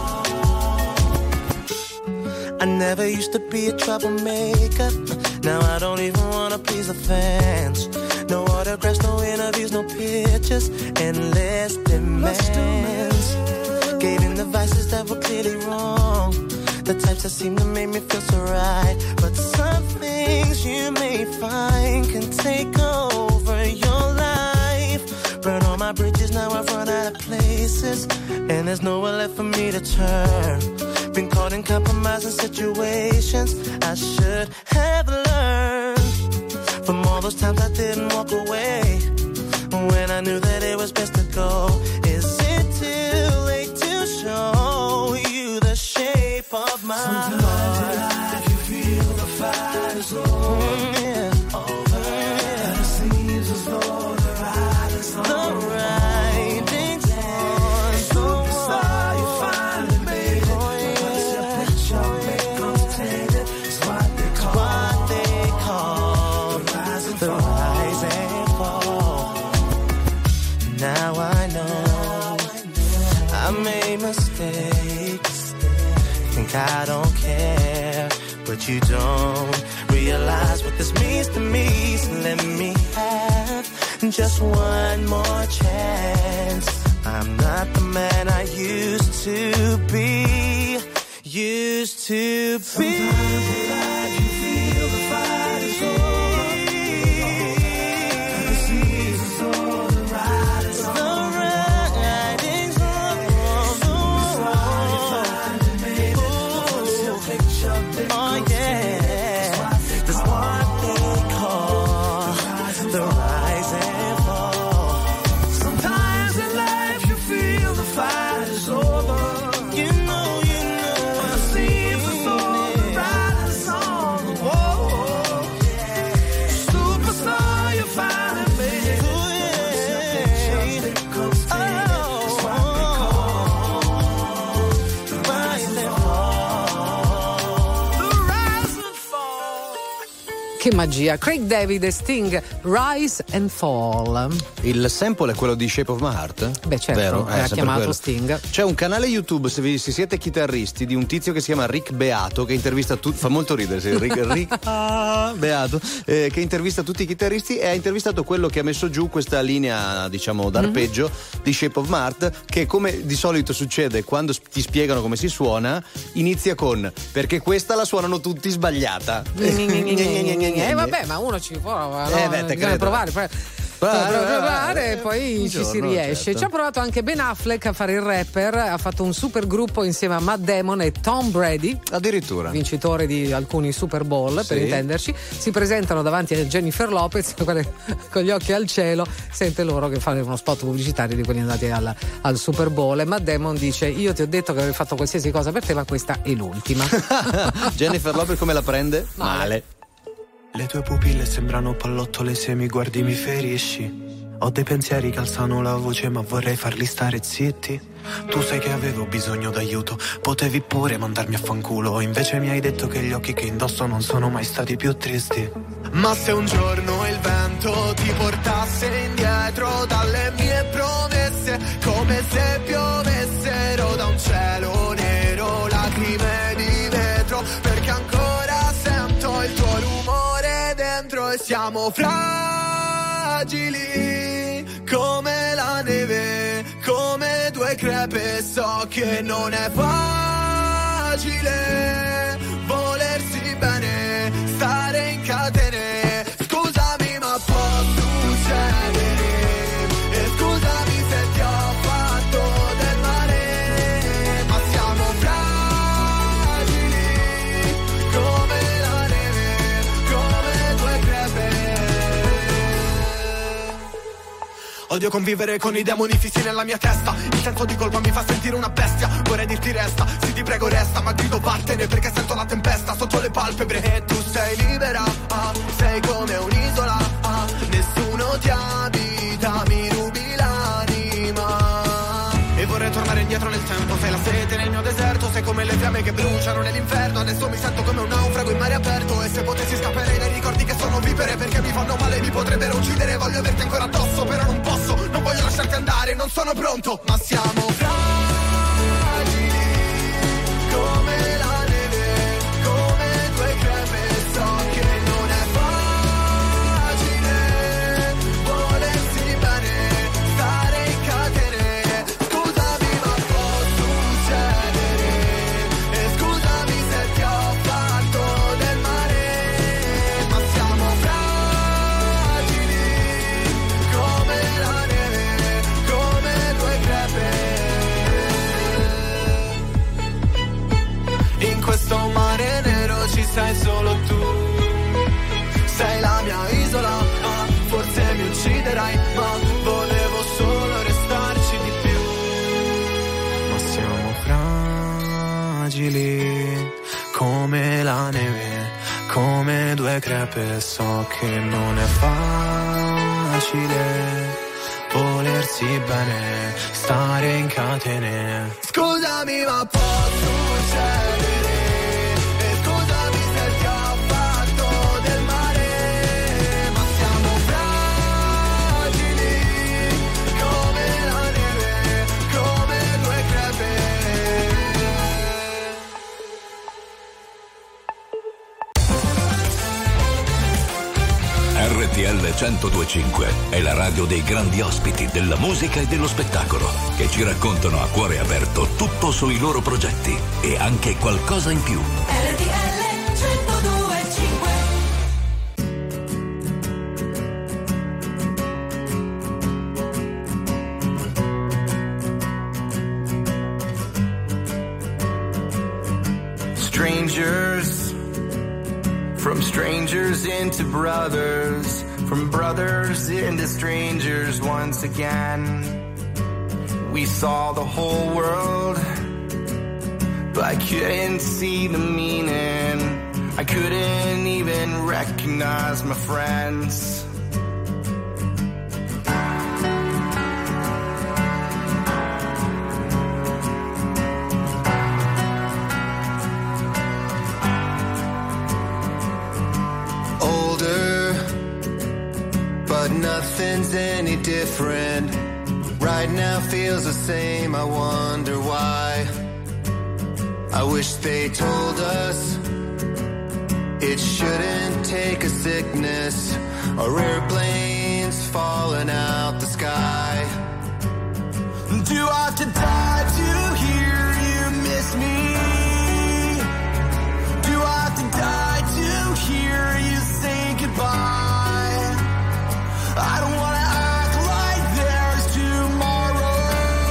I never used to be a troublemaker, now I don't even wanna please the fans. No autographs, no interviews, no pictures, endless demands. Gave in the vices that were clearly wrong, the types that seem to make me feel so right. But some things you may find can take over your life. Burn all my bridges, now I've run out of places, and there's nowhere left for me to turn. Been caught in compromising situations I should have learned from all those times I didn't walk away when I knew that it was best to go. Is it too late to show you the shape of my heart? Sometimes in life you feel the fight is over, and it seems as though the writing's on the writing's on. Superstar, you finally made it, but once your picture becomes tainted, it's what they call the rise and fall. Now I know I made mistakes, think I don't care, but you don't realize what this means to me. So let me have just one more chance. I'm not the man I used to be. Used to be. Sometimes in life you feel the fight is over. And the season's over, the ride is on. Oh yeah, that's what they call the rise and fall. Sometimes in life you feel the fight is over. You know, when the season's over, the ride is on. Oh, superstar, you finally made it. Oh yeah, that's what they call the rise and fall. Che magia. Craig David e Sting, Rise and Fall. Il sample è quello di Shape of My Heart? Beh, certo, vero? era chiamato quello. Sting. C'è un canale YouTube, se siete chitarristi, di un tizio che si chiama Rick Beato, che intervista fa molto ridere, Rick Beato, che intervista tutti i chitarristi, e ha intervistato quello che ha messo giù questa linea, diciamo, d'arpeggio di Shape of My Heart, che, come di solito succede quando ti spiegano come si suona, inizia con: perché questa la suonano tutti sbagliata. Vabbè, ma uno ci prova, no? Bisogna provare e poi ci si riesce. Certo. Ci ha provato anche Ben Affleck a fare il rapper, ha fatto un super gruppo insieme a Matt Damon e Tom Brady, addirittura vincitore di alcuni Super Bowl, per intenderci. Si presentano davanti a Jennifer Lopez con gli occhi al cielo, sente loro che fanno uno spot pubblicitario di quelli andati al Super Bowl, e Matt Damon dice: io ti ho detto che avrei fatto qualsiasi cosa per te, ma questa è l'ultima. Jennifer Lopez come la prende? Male. Le tue pupille sembrano pallottole, se mi guardi mi ferisci. Ho dei pensieri che alzano la voce, ma vorrei farli stare zitti. Tu sai che avevo bisogno d'aiuto, potevi pure mandarmi a fanculo. Invece mi hai detto che gli occhi che indosso non sono mai stati più tristi. Ma se un giorno il vento ti portasse indietro dalle mie promesse, come se piovessero da un cielo nero lacrime di vetro, perché ancora sento il tuo rumore dentro e siamo fragili come la neve, come due crepe. So che non è facile volersi bene, stare in catene. Scusami ma può succedere, e scusami se ti ho fatto del male, ma siamo fragili come la neve, come due crepe. Odio convivere con i demoni fissi nella mia testa. Il senso di colpa mi fa sentire una bestia. Vorrei dirti resta, sì ti prego resta, ma grido vattene perché sento la tempesta sotto le palpebre. E tu sei libera, sei come un'isola, nessuno ti abita, mi rubi l'anima. E vorrei tornare indietro nel tempo, sei la sete nel mio deserto, sei come le fiamme che bruciano nell'inferno. Adesso mi sento come un naufrago in mare aperto, e se potessi scapperei dai ricordi che sono vivere, perché mi fanno male, mi potrebbero uccidere. Voglio averti ancora addosso, però non posso, non voglio lasciarti andare, non sono pronto. Ma siamo fragili come la neve, come due crepe. So che non è facile volersi bene, stare in catene. Scusami ma può succedere, e scusami se ti ho fatto del male, ma siamo fragili come la neve, come due crepe. In questo mare nero ci sei solo tu, sei la mia isola, forse mi ucciderai, ma volevo solo restarci di più. Ma siamo fragili come la neve, come due crepe. So che non è facile volersi bene, stare in catene. Scusami ma può succedere, e scusami se ti ho fatto del male, ma siamo fragili come la neve, come due crepe. RTL 1025 è la radio dei grandi ospiti della musica e dello spettacolo, che ci raccontano a cuore aperto tutto sui loro progetti e anche qualcosa in più. RTL 1025. Strangers, from strangers into brothers, from brothers into strangers once again. We saw the whole world, but I couldn't see the meaning. I couldn't even recognize my friends. But nothing's any different. Right now feels the same, I wonder why. I wish they told us it shouldn't take a sickness or airplanes falling out the sky. Do I have to die to hear you miss me? Do I have to die to hear you say goodbye? I don't wanna act like there's tomorrow.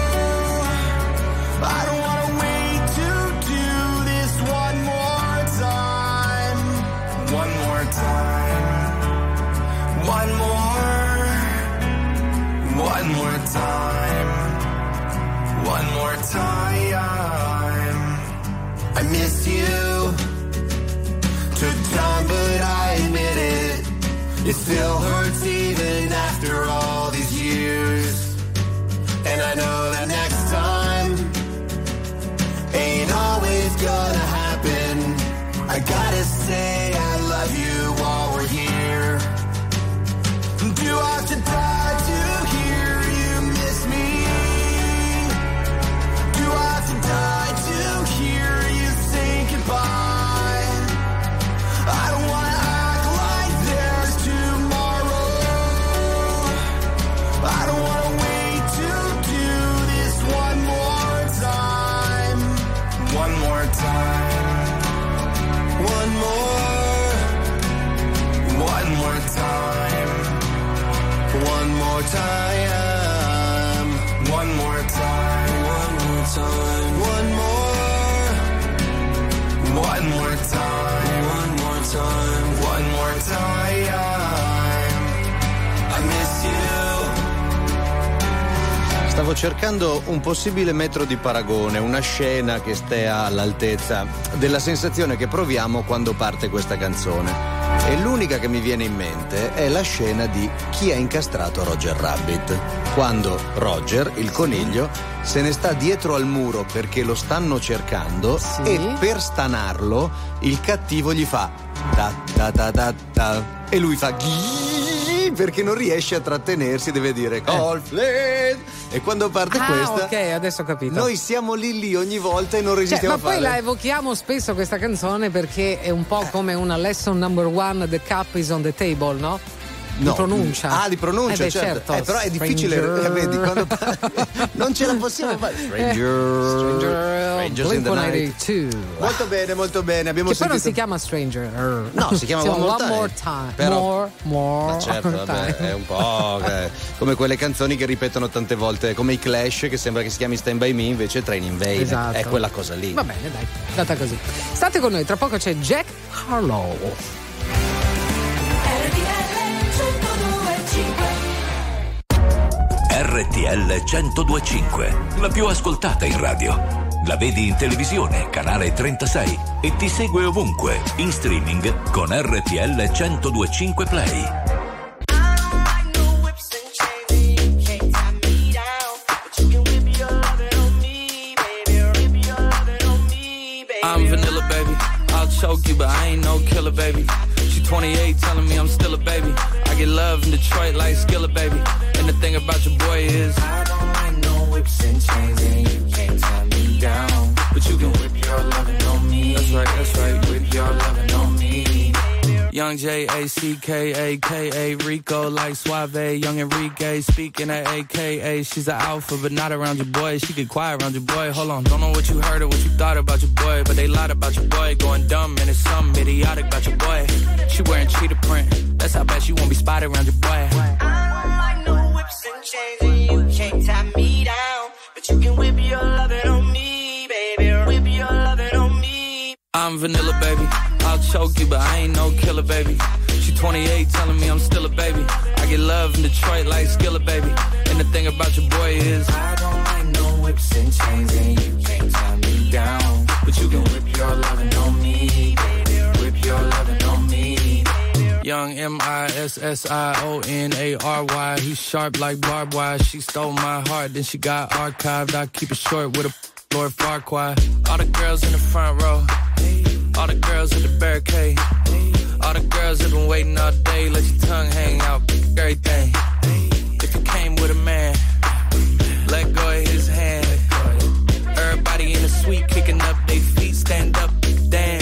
I don't wanna wait to do this one more time. One more time. One more. One more time. One more time. I miss you. Took time, but I admit it. It still hurts even after all these years. And I know that next time ain't always gonna happen. I gotta say I love you while we're here. Do I have to die to hear you miss me? Do I have to die to hear you say goodbye? I don't wanna act like there's tomorrow. I don't wanna wait to do this one more time. One more time. One more. One more time. One more time. One more time. One more time. One more. One more time. One more time. One more time. I miss you. Stavo cercando un possibile metro di paragone, una scena che stia all'altezza della sensazione che proviamo quando parte questa canzone. E l'unica che mi viene in mente è la scena di Chi ha incastrato Roger Rabbit, quando Roger, il coniglio, se ne sta dietro al muro perché lo stanno cercando, sì, e per stanarlo il cattivo gli fa ta ta ta ta ta e lui fa ghii perché non riesce a trattenersi, deve dire Colfled. E quando parte questa, ok, adesso ho capito. Noi siamo lì ogni volta e non resistiamo a ma farlo. poi la evochiamo spesso questa canzone perché è un po' come una lesson number one, the cup is on the table, no? No. Di pronuncia. Di pronuncia, beh, certo. Però è Stranger. difficile, vedi, quando non ce la possiamo fare. Strangers in the night. Molto bene, molto bene. Abbiamo che sentito... poi non si chiama Stranger. No, si chiama One More Time. Però... More Ma certo, vabbè, è un po' come quelle canzoni che ripetono tante volte, come i Clash, che sembra che si chiami Stand By Me, invece Train in Vain. Esatto. È quella cosa lì. Va bene, dai, data così. State con noi, tra poco c'è Jack Harlow. RTL 1025, la più ascoltata in radio. La vedi in televisione, canale 36, e ti segue ovunque, in streaming con RTL 1025 Play. I'm vanilla, baby. I'll choke you, but I ain't no killer, baby. She 28, telling me I'm still a baby. I get love in Detroit like Skillet, baby. And the thing about your boy is I don't like no whips and chains, and you can't tie me down. But you can whip your lovin' on me. That's right, whip your lovin' on me. Young J-A-C-K-A-K-A, Rico like Suave, Young Enrique, speaking at AKA. She's an alpha, but not around your boy. She get quiet around your boy. Hold on, don't know what you heard or what you thought about your boy, but they lied about your boy. Going dumb and it's something idiotic about your boy. She wearing cheetah print, that's how bad she won't be spotted around your boy. I don't like no whips and chains, and you can't tie me down, but you can whip your lovin' on me, baby. Whip your lovin' on me. I'm vanilla, baby. I'll choke you, but I ain't no killer, baby. She 28, telling me I'm still a baby. I get love in Detroit like Skilla, baby. And the thing about your boy is I don't like no whips and chains, and you can't tie me down, but you can whip your lovin' on me, baby. Whip your lovin' on me. Young M-I-S-S-I-O-N-A-R-Y. He's sharp like barbed wire. She stole my heart, then she got archived. I keep it short with a Lord Farquaad. All the girls in the front row, all the girls at the barricade, all the girls have been waiting all day. Let your tongue hang out, everything. If you came with a man, let go of his hand. Everybody in the suite kicking up their feet, stand up, dance.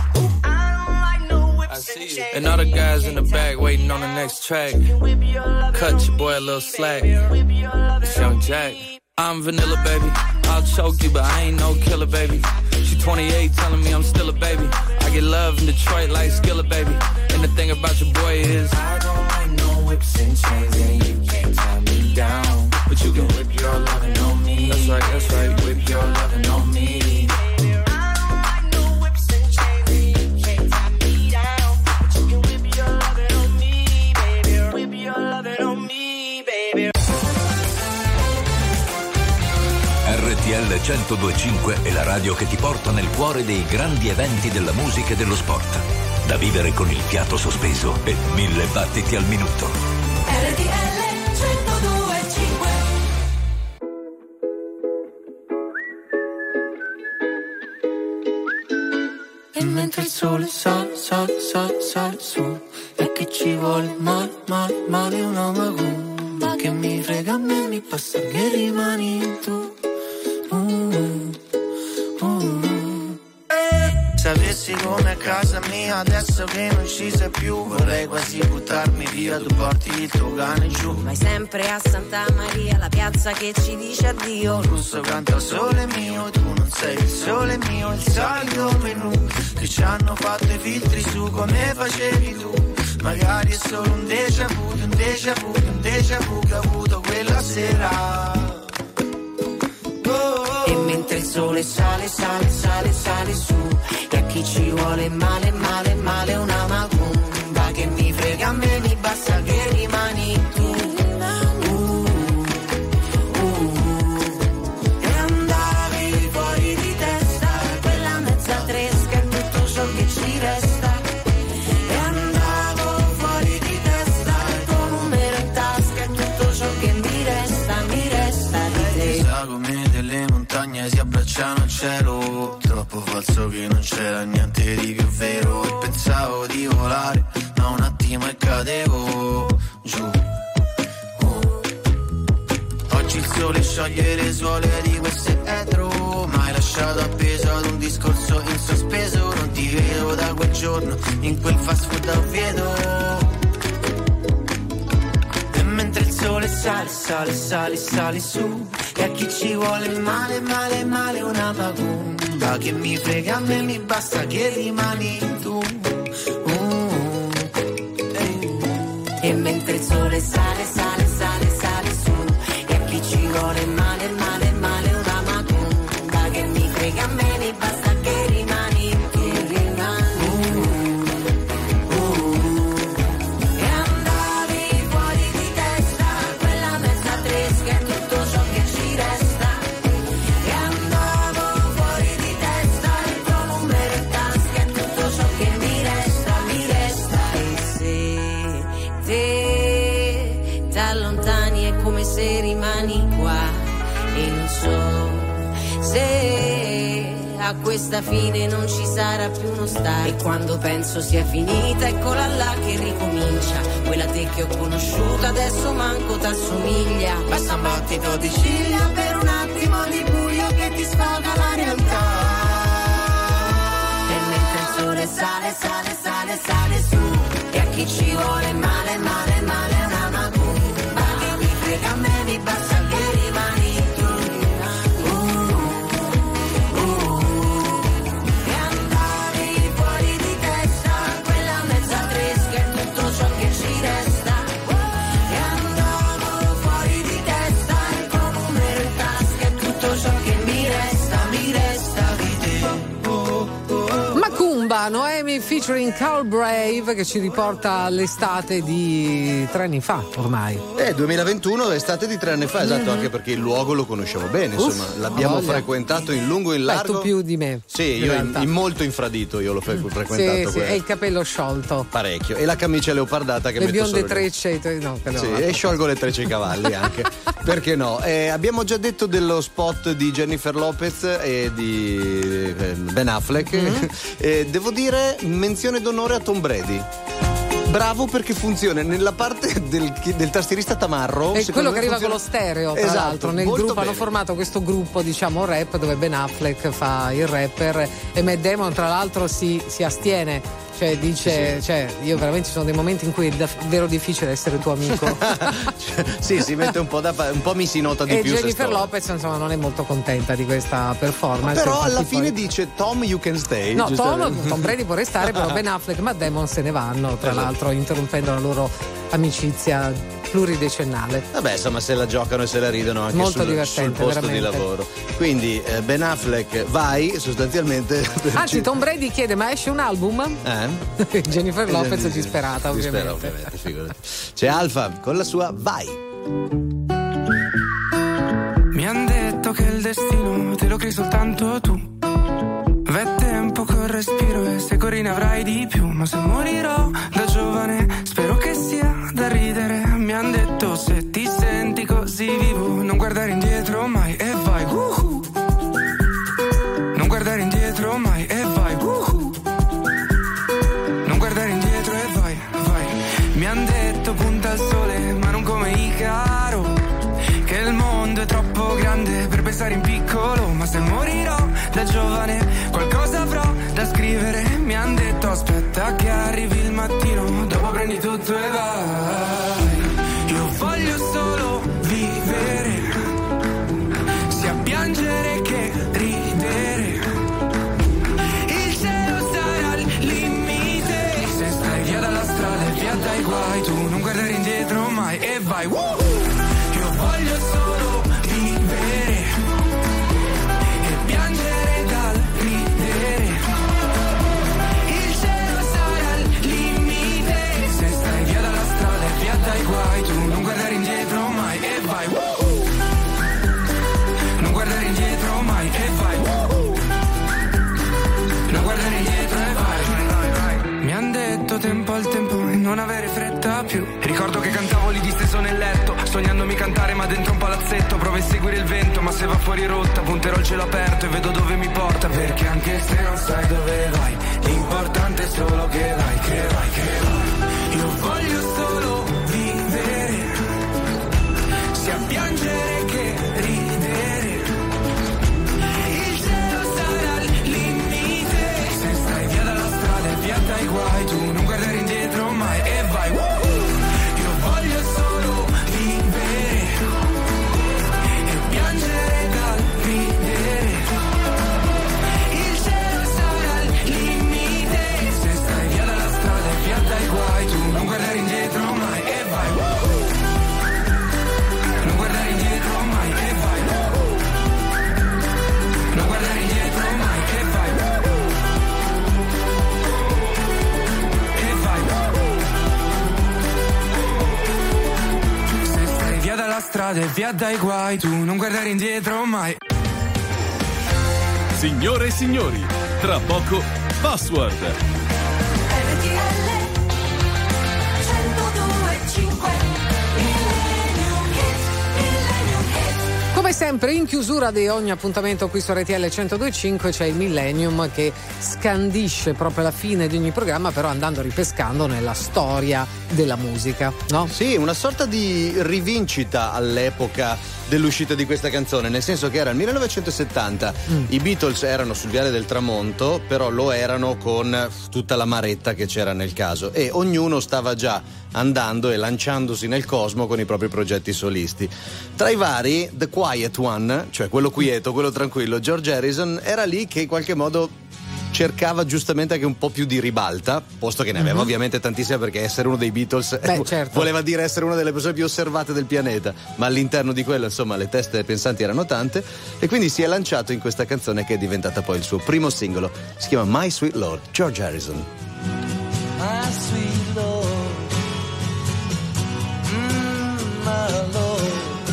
I see you. And all the guys in the back waiting on the next track. Cut your boy a little slack. It's Young Jack. I'm vanilla, baby. I'll choke you, but I ain't no killer, baby. She 28, telling me I'm still a baby. I get love in Detroit like Skilla, baby. And the thing about your boy is I don't like no whips and chains, and you can't tie me down, but you can whip your lovin' on me. That's right, that's right. Whip your lovin' on me. RTL 102.5 è la radio che ti porta nel cuore dei grandi eventi della musica e dello sport. Da vivere con il fiato sospeso e 1000 battiti al minuto. RTL 102.5. E mentre il sole sale, sale, sale, sale su, e che ci vuole male, male, male una macumba, che mi frega a me, mi passa che rimani tu. Sapessi come a casa mia adesso che non ci sei più, vorrei quasi buttarmi via, tu porti il tuo cane giù. Vai sempre a Santa Maria, la piazza che ci dice addio. Il russo canta sole mio, tu non sei il sole mio, il solito menù che ci hanno fatto i filtri su come facevi tu. Magari è solo un déjà vu, un déjà vu, un déjà vu che ho avuto quella sera. E mentre il sole sale, sale, sale, sale su, e a chi ci vuole male, male, male una macumba, che mi frega a me, mi basta che rimani tu. E andavi fuori di testa, quella mezza tresca è tutto ciò che ci resta. E andavo fuori di testa, il tuo numero in tasca è tutto ciò che mi resta di te. Come delle montagne si abbracciano al cielo, troppo falso che non c'era niente di più vero. E pensavo di volare, ma un attimo e cadevo giù. Oggi il sole scioglie le suole di queste etro, ma hai lasciato appeso ad un discorso in sospeso. Non ti vedo da quel giorno in quel fast food a Oviedo. E mentre il sole sale, sale, sale, sale su, e a chi ci vuole male, male, male una macumba, che mi frega a me, mi basta che rimani tu. E mentre il sole sale, sale, sale, sale su, e a chi ci vuole male, male, male una macumba, che mi frega a me, mi basta che rimani tu. E andavi fuori di testa, quella mezza tresca è tutto ciò che ci resta. E andavo fuori di testa, il tuo numero in tasca è tutto ciò che mi resta, mi resta. E se te t'allontani è come se rimani qua, e non so se a questa fine non ci sarà più uno stare. E quando penso sia finita, eccola là che ricomincia, quella te che ho conosciuto adesso manco t'assomiglia. Basta un battito di ciglia per un attimo di buio che ti sfoga la realtà. E mentre il sole sale, sale, sale, sale su, chi ci vuole male, male, male è una macumba. Che mi frega a me, mi basta che rimani tu. E andare fuori di testa, quella mezza tresca è tutto ciò che ci resta. E andavo fuori di testa, il tuo numero in tasca è tutto ciò che mi resta di te. Macumba, Noemi featuring Carl Brave, che ci riporta all'estate di 3 anni fa ormai. 2021, estate di 3 anni fa, esatto, anche perché il luogo lo conoscevo bene, insomma, l'abbiamo frequentato in lungo e in largo. Tu più di me. Sì, io in molto infradito io l'ho frequentato. Sì, e il capello sciolto. Parecchio. E la camicia leopardata che le metto bionde solo trecce, no, sì, e sciolgo le trecce ai cavalli anche. Perché no? Abbiamo già detto dello spot di Jennifer Lopez e di Ben Affleck. Devo dire, menzione d'onore a Tom Brady. Bravo, perché funziona nella parte del tastierista tamarro. È quello che arriva con lo stereo, tra l'altro. Nel gruppo bene. Hanno formato questo gruppo, diciamo, rap, dove Ben Affleck fa il rapper e Matt Damon, tra l'altro, si astiene. Cioè dice, cioè io veramente ci sono dei momenti in cui è davvero difficile essere tuo amico. Sì, si mette un po' mi si nota di e più. E Jennifer Lopez insomma non è molto contenta di questa performance. Però alla fine dice Tom you can stay. No, Tom Brady può restare, però Ben Affleck e Matt Damon se ne vanno, tra l'altro interrompendo la loro amicizia pluridecennale. Vabbè, insomma, se la giocano e se la ridono anche molto sul divertente, posto veramente. di lavoro. Quindi Ben Affleck vai sostanzialmente. Anzi, Tom Brady chiede: ma esce un album? Jennifer Lopez è disperata, ovviamente. Figurati. C'è Alfa con la sua Vai. Mi han detto che il destino te lo crei soltanto tu. V'è tempo col respiro e se corri ne avrai di più. Ma se morirò da giovane spero che sia da ridere. Mi han detto se ti senti così vivo non guardare indietro mai e vai. Non guardare indietro mai e vai. Non guardare indietro e vai, vai. Mi han detto punta al sole ma non come Icaro, che il mondo è troppo grande per pensare in piccolo. Ma se morirò da giovane qualcosa avrò da scrivere. Mi han detto aspetta che arrivi il mattino, dopo prendi tutto e vai. Io voglio solo vivere, sia piangere che ridere. Il cielo sarà al limite, se stai via dalla strada e via dai guai. Tu non guardare indietro mai e vai. Io voglio solo vivere e piangere dal ridere. Il cielo sarà al limite, se stai via dalla strada e via dai guai. Tu non guardare indietro mai e vai. Non guardare indietro mai e vai. Non guardare indietro e vai. Mi han detto tempo al tempo e non avere fretta più. Ricordo che cantavo lì disteso nel letto, sognandomi cantare ma dentro un palazzetto. Provo a seguire il vento ma se va fuori rotta punterò il cielo aperto e vedo dove mi porta. Perché anche se non sai dove vai, l'importante è solo che vai, che vai, che vai. Io voglio solo vivere, sia piangere che ridere. Il cielo sarà al limite, se stai via dalla strada e via dai guai. Tu non guardare indietro mai e vai. Io voglio solo vivere e piangere dal ridere. Il cielo sarà al limite, se stai via dalla strada e via dai guai. Tu non guardare indietro mai e vai. Non guardare indietro mai e vai. Non guardare indietro mai e vai. E vai. Se stai via dalla strada e via dai guai. Tu non guardare indietro mai. Signore e signori, tra poco Password. Come sempre in chiusura di ogni appuntamento qui su RTL 102.5 c'è il Millennium che scandisce proprio la fine di ogni programma, però andando ripescando nella storia della musica, no? Sì, una sorta di rivincita all'epoca dell'uscita di questa canzone, nel senso che era il 1970, i Beatles erano sul viale del tramonto, però lo erano con tutta l'amaretta che c'era nel caso, e ognuno stava già andando e lanciandosi nel cosmo con i propri progetti solisti. Tra i vari, The Quiet One, cioè quello quieto, quello tranquillo, George Harrison, era lì che in qualche modo cercava giustamente anche un po' più di ribalta, posto che ne aveva ovviamente tantissime, perché essere uno dei Beatles voleva dire essere una delle persone più osservate del pianeta, ma all'interno di quello, insomma, le teste pensanti erano tante, e quindi si è lanciato in questa canzone che è diventata poi il suo primo singolo. Si chiama My Sweet Lord, George Harrison. My sweet Lord, my Lord,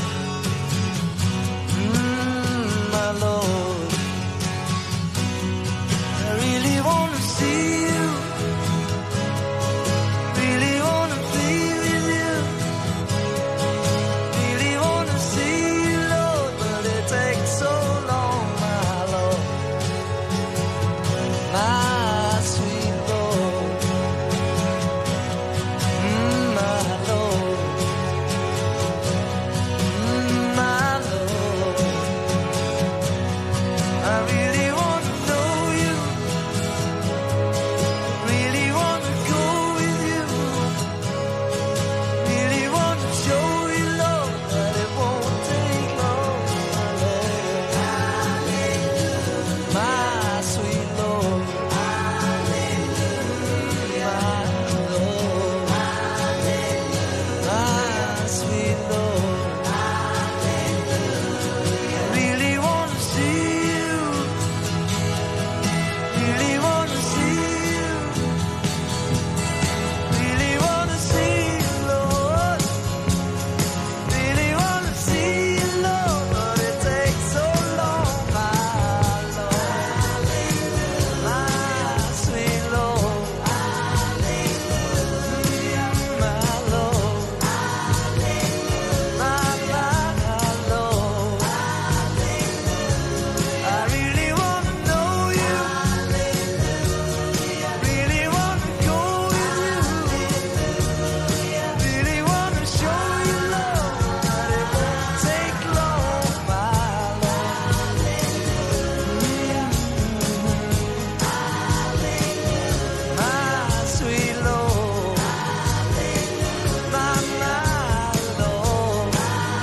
my Lord. I really wanna see you, really wanna be with you, really wanna see you, Lord, but it takes so long, my Lord, my sweet Lord, my Lord, my Lord. I really wanna know you, really wanna go with you, really wanna show you, Lord, that it won't take long, my sweet Lord, my Lord, my sweet Lord. I really wanna see you, really wanna see you, really wanna see you, Lord, really wanna see you, Lord, but it takes so long, my Lord, my sweet Lord, my Lord, my Lord. I really wanna know you, really wanna go with you, really wanna show you, Lord, that it won't take long, my Lord, my sweet Lord, my Lord.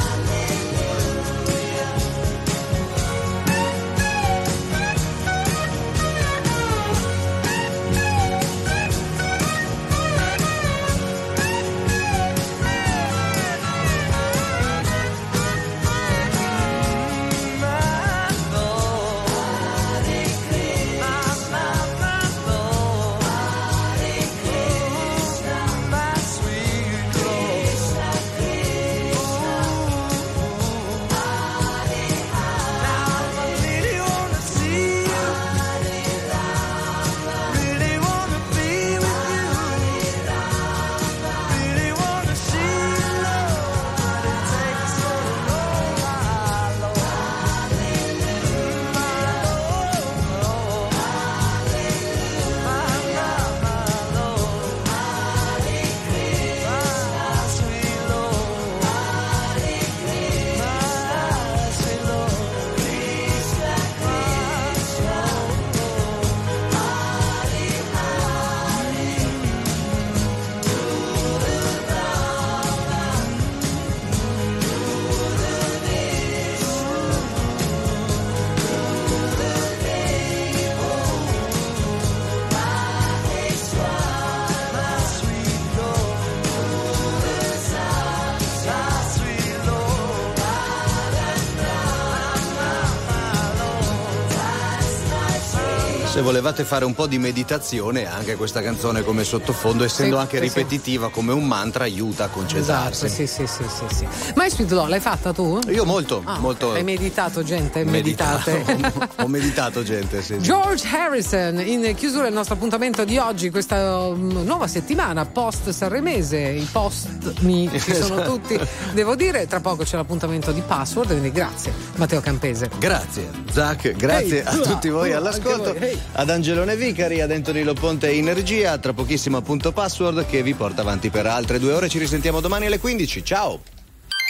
Se volevate fare un po' di meditazione, anche questa canzone come sottofondo, essendo anche ripetitiva come un mantra, aiuta a concentrarsi. Esatto, sì. My Sweet Lord, l'hai fatta tu? Io molto. Hai meditato, gente? Meditate. Ho meditato, gente, sì. George Harrison, in chiusura del nostro appuntamento di oggi, questa nuova settimana post sanremese, i post ci sono tutti. Devo dire, tra poco c'è l'appuntamento di Password, quindi grazie Matteo Campese. Grazie Zach, grazie a tutti voi all'ascolto. Ad Angelone Vicari, ad Anthony Loponte e Energia. Tra pochissimo appunto Password che vi porta avanti per altre 2 ore. Ci risentiamo domani alle 15. Ciao!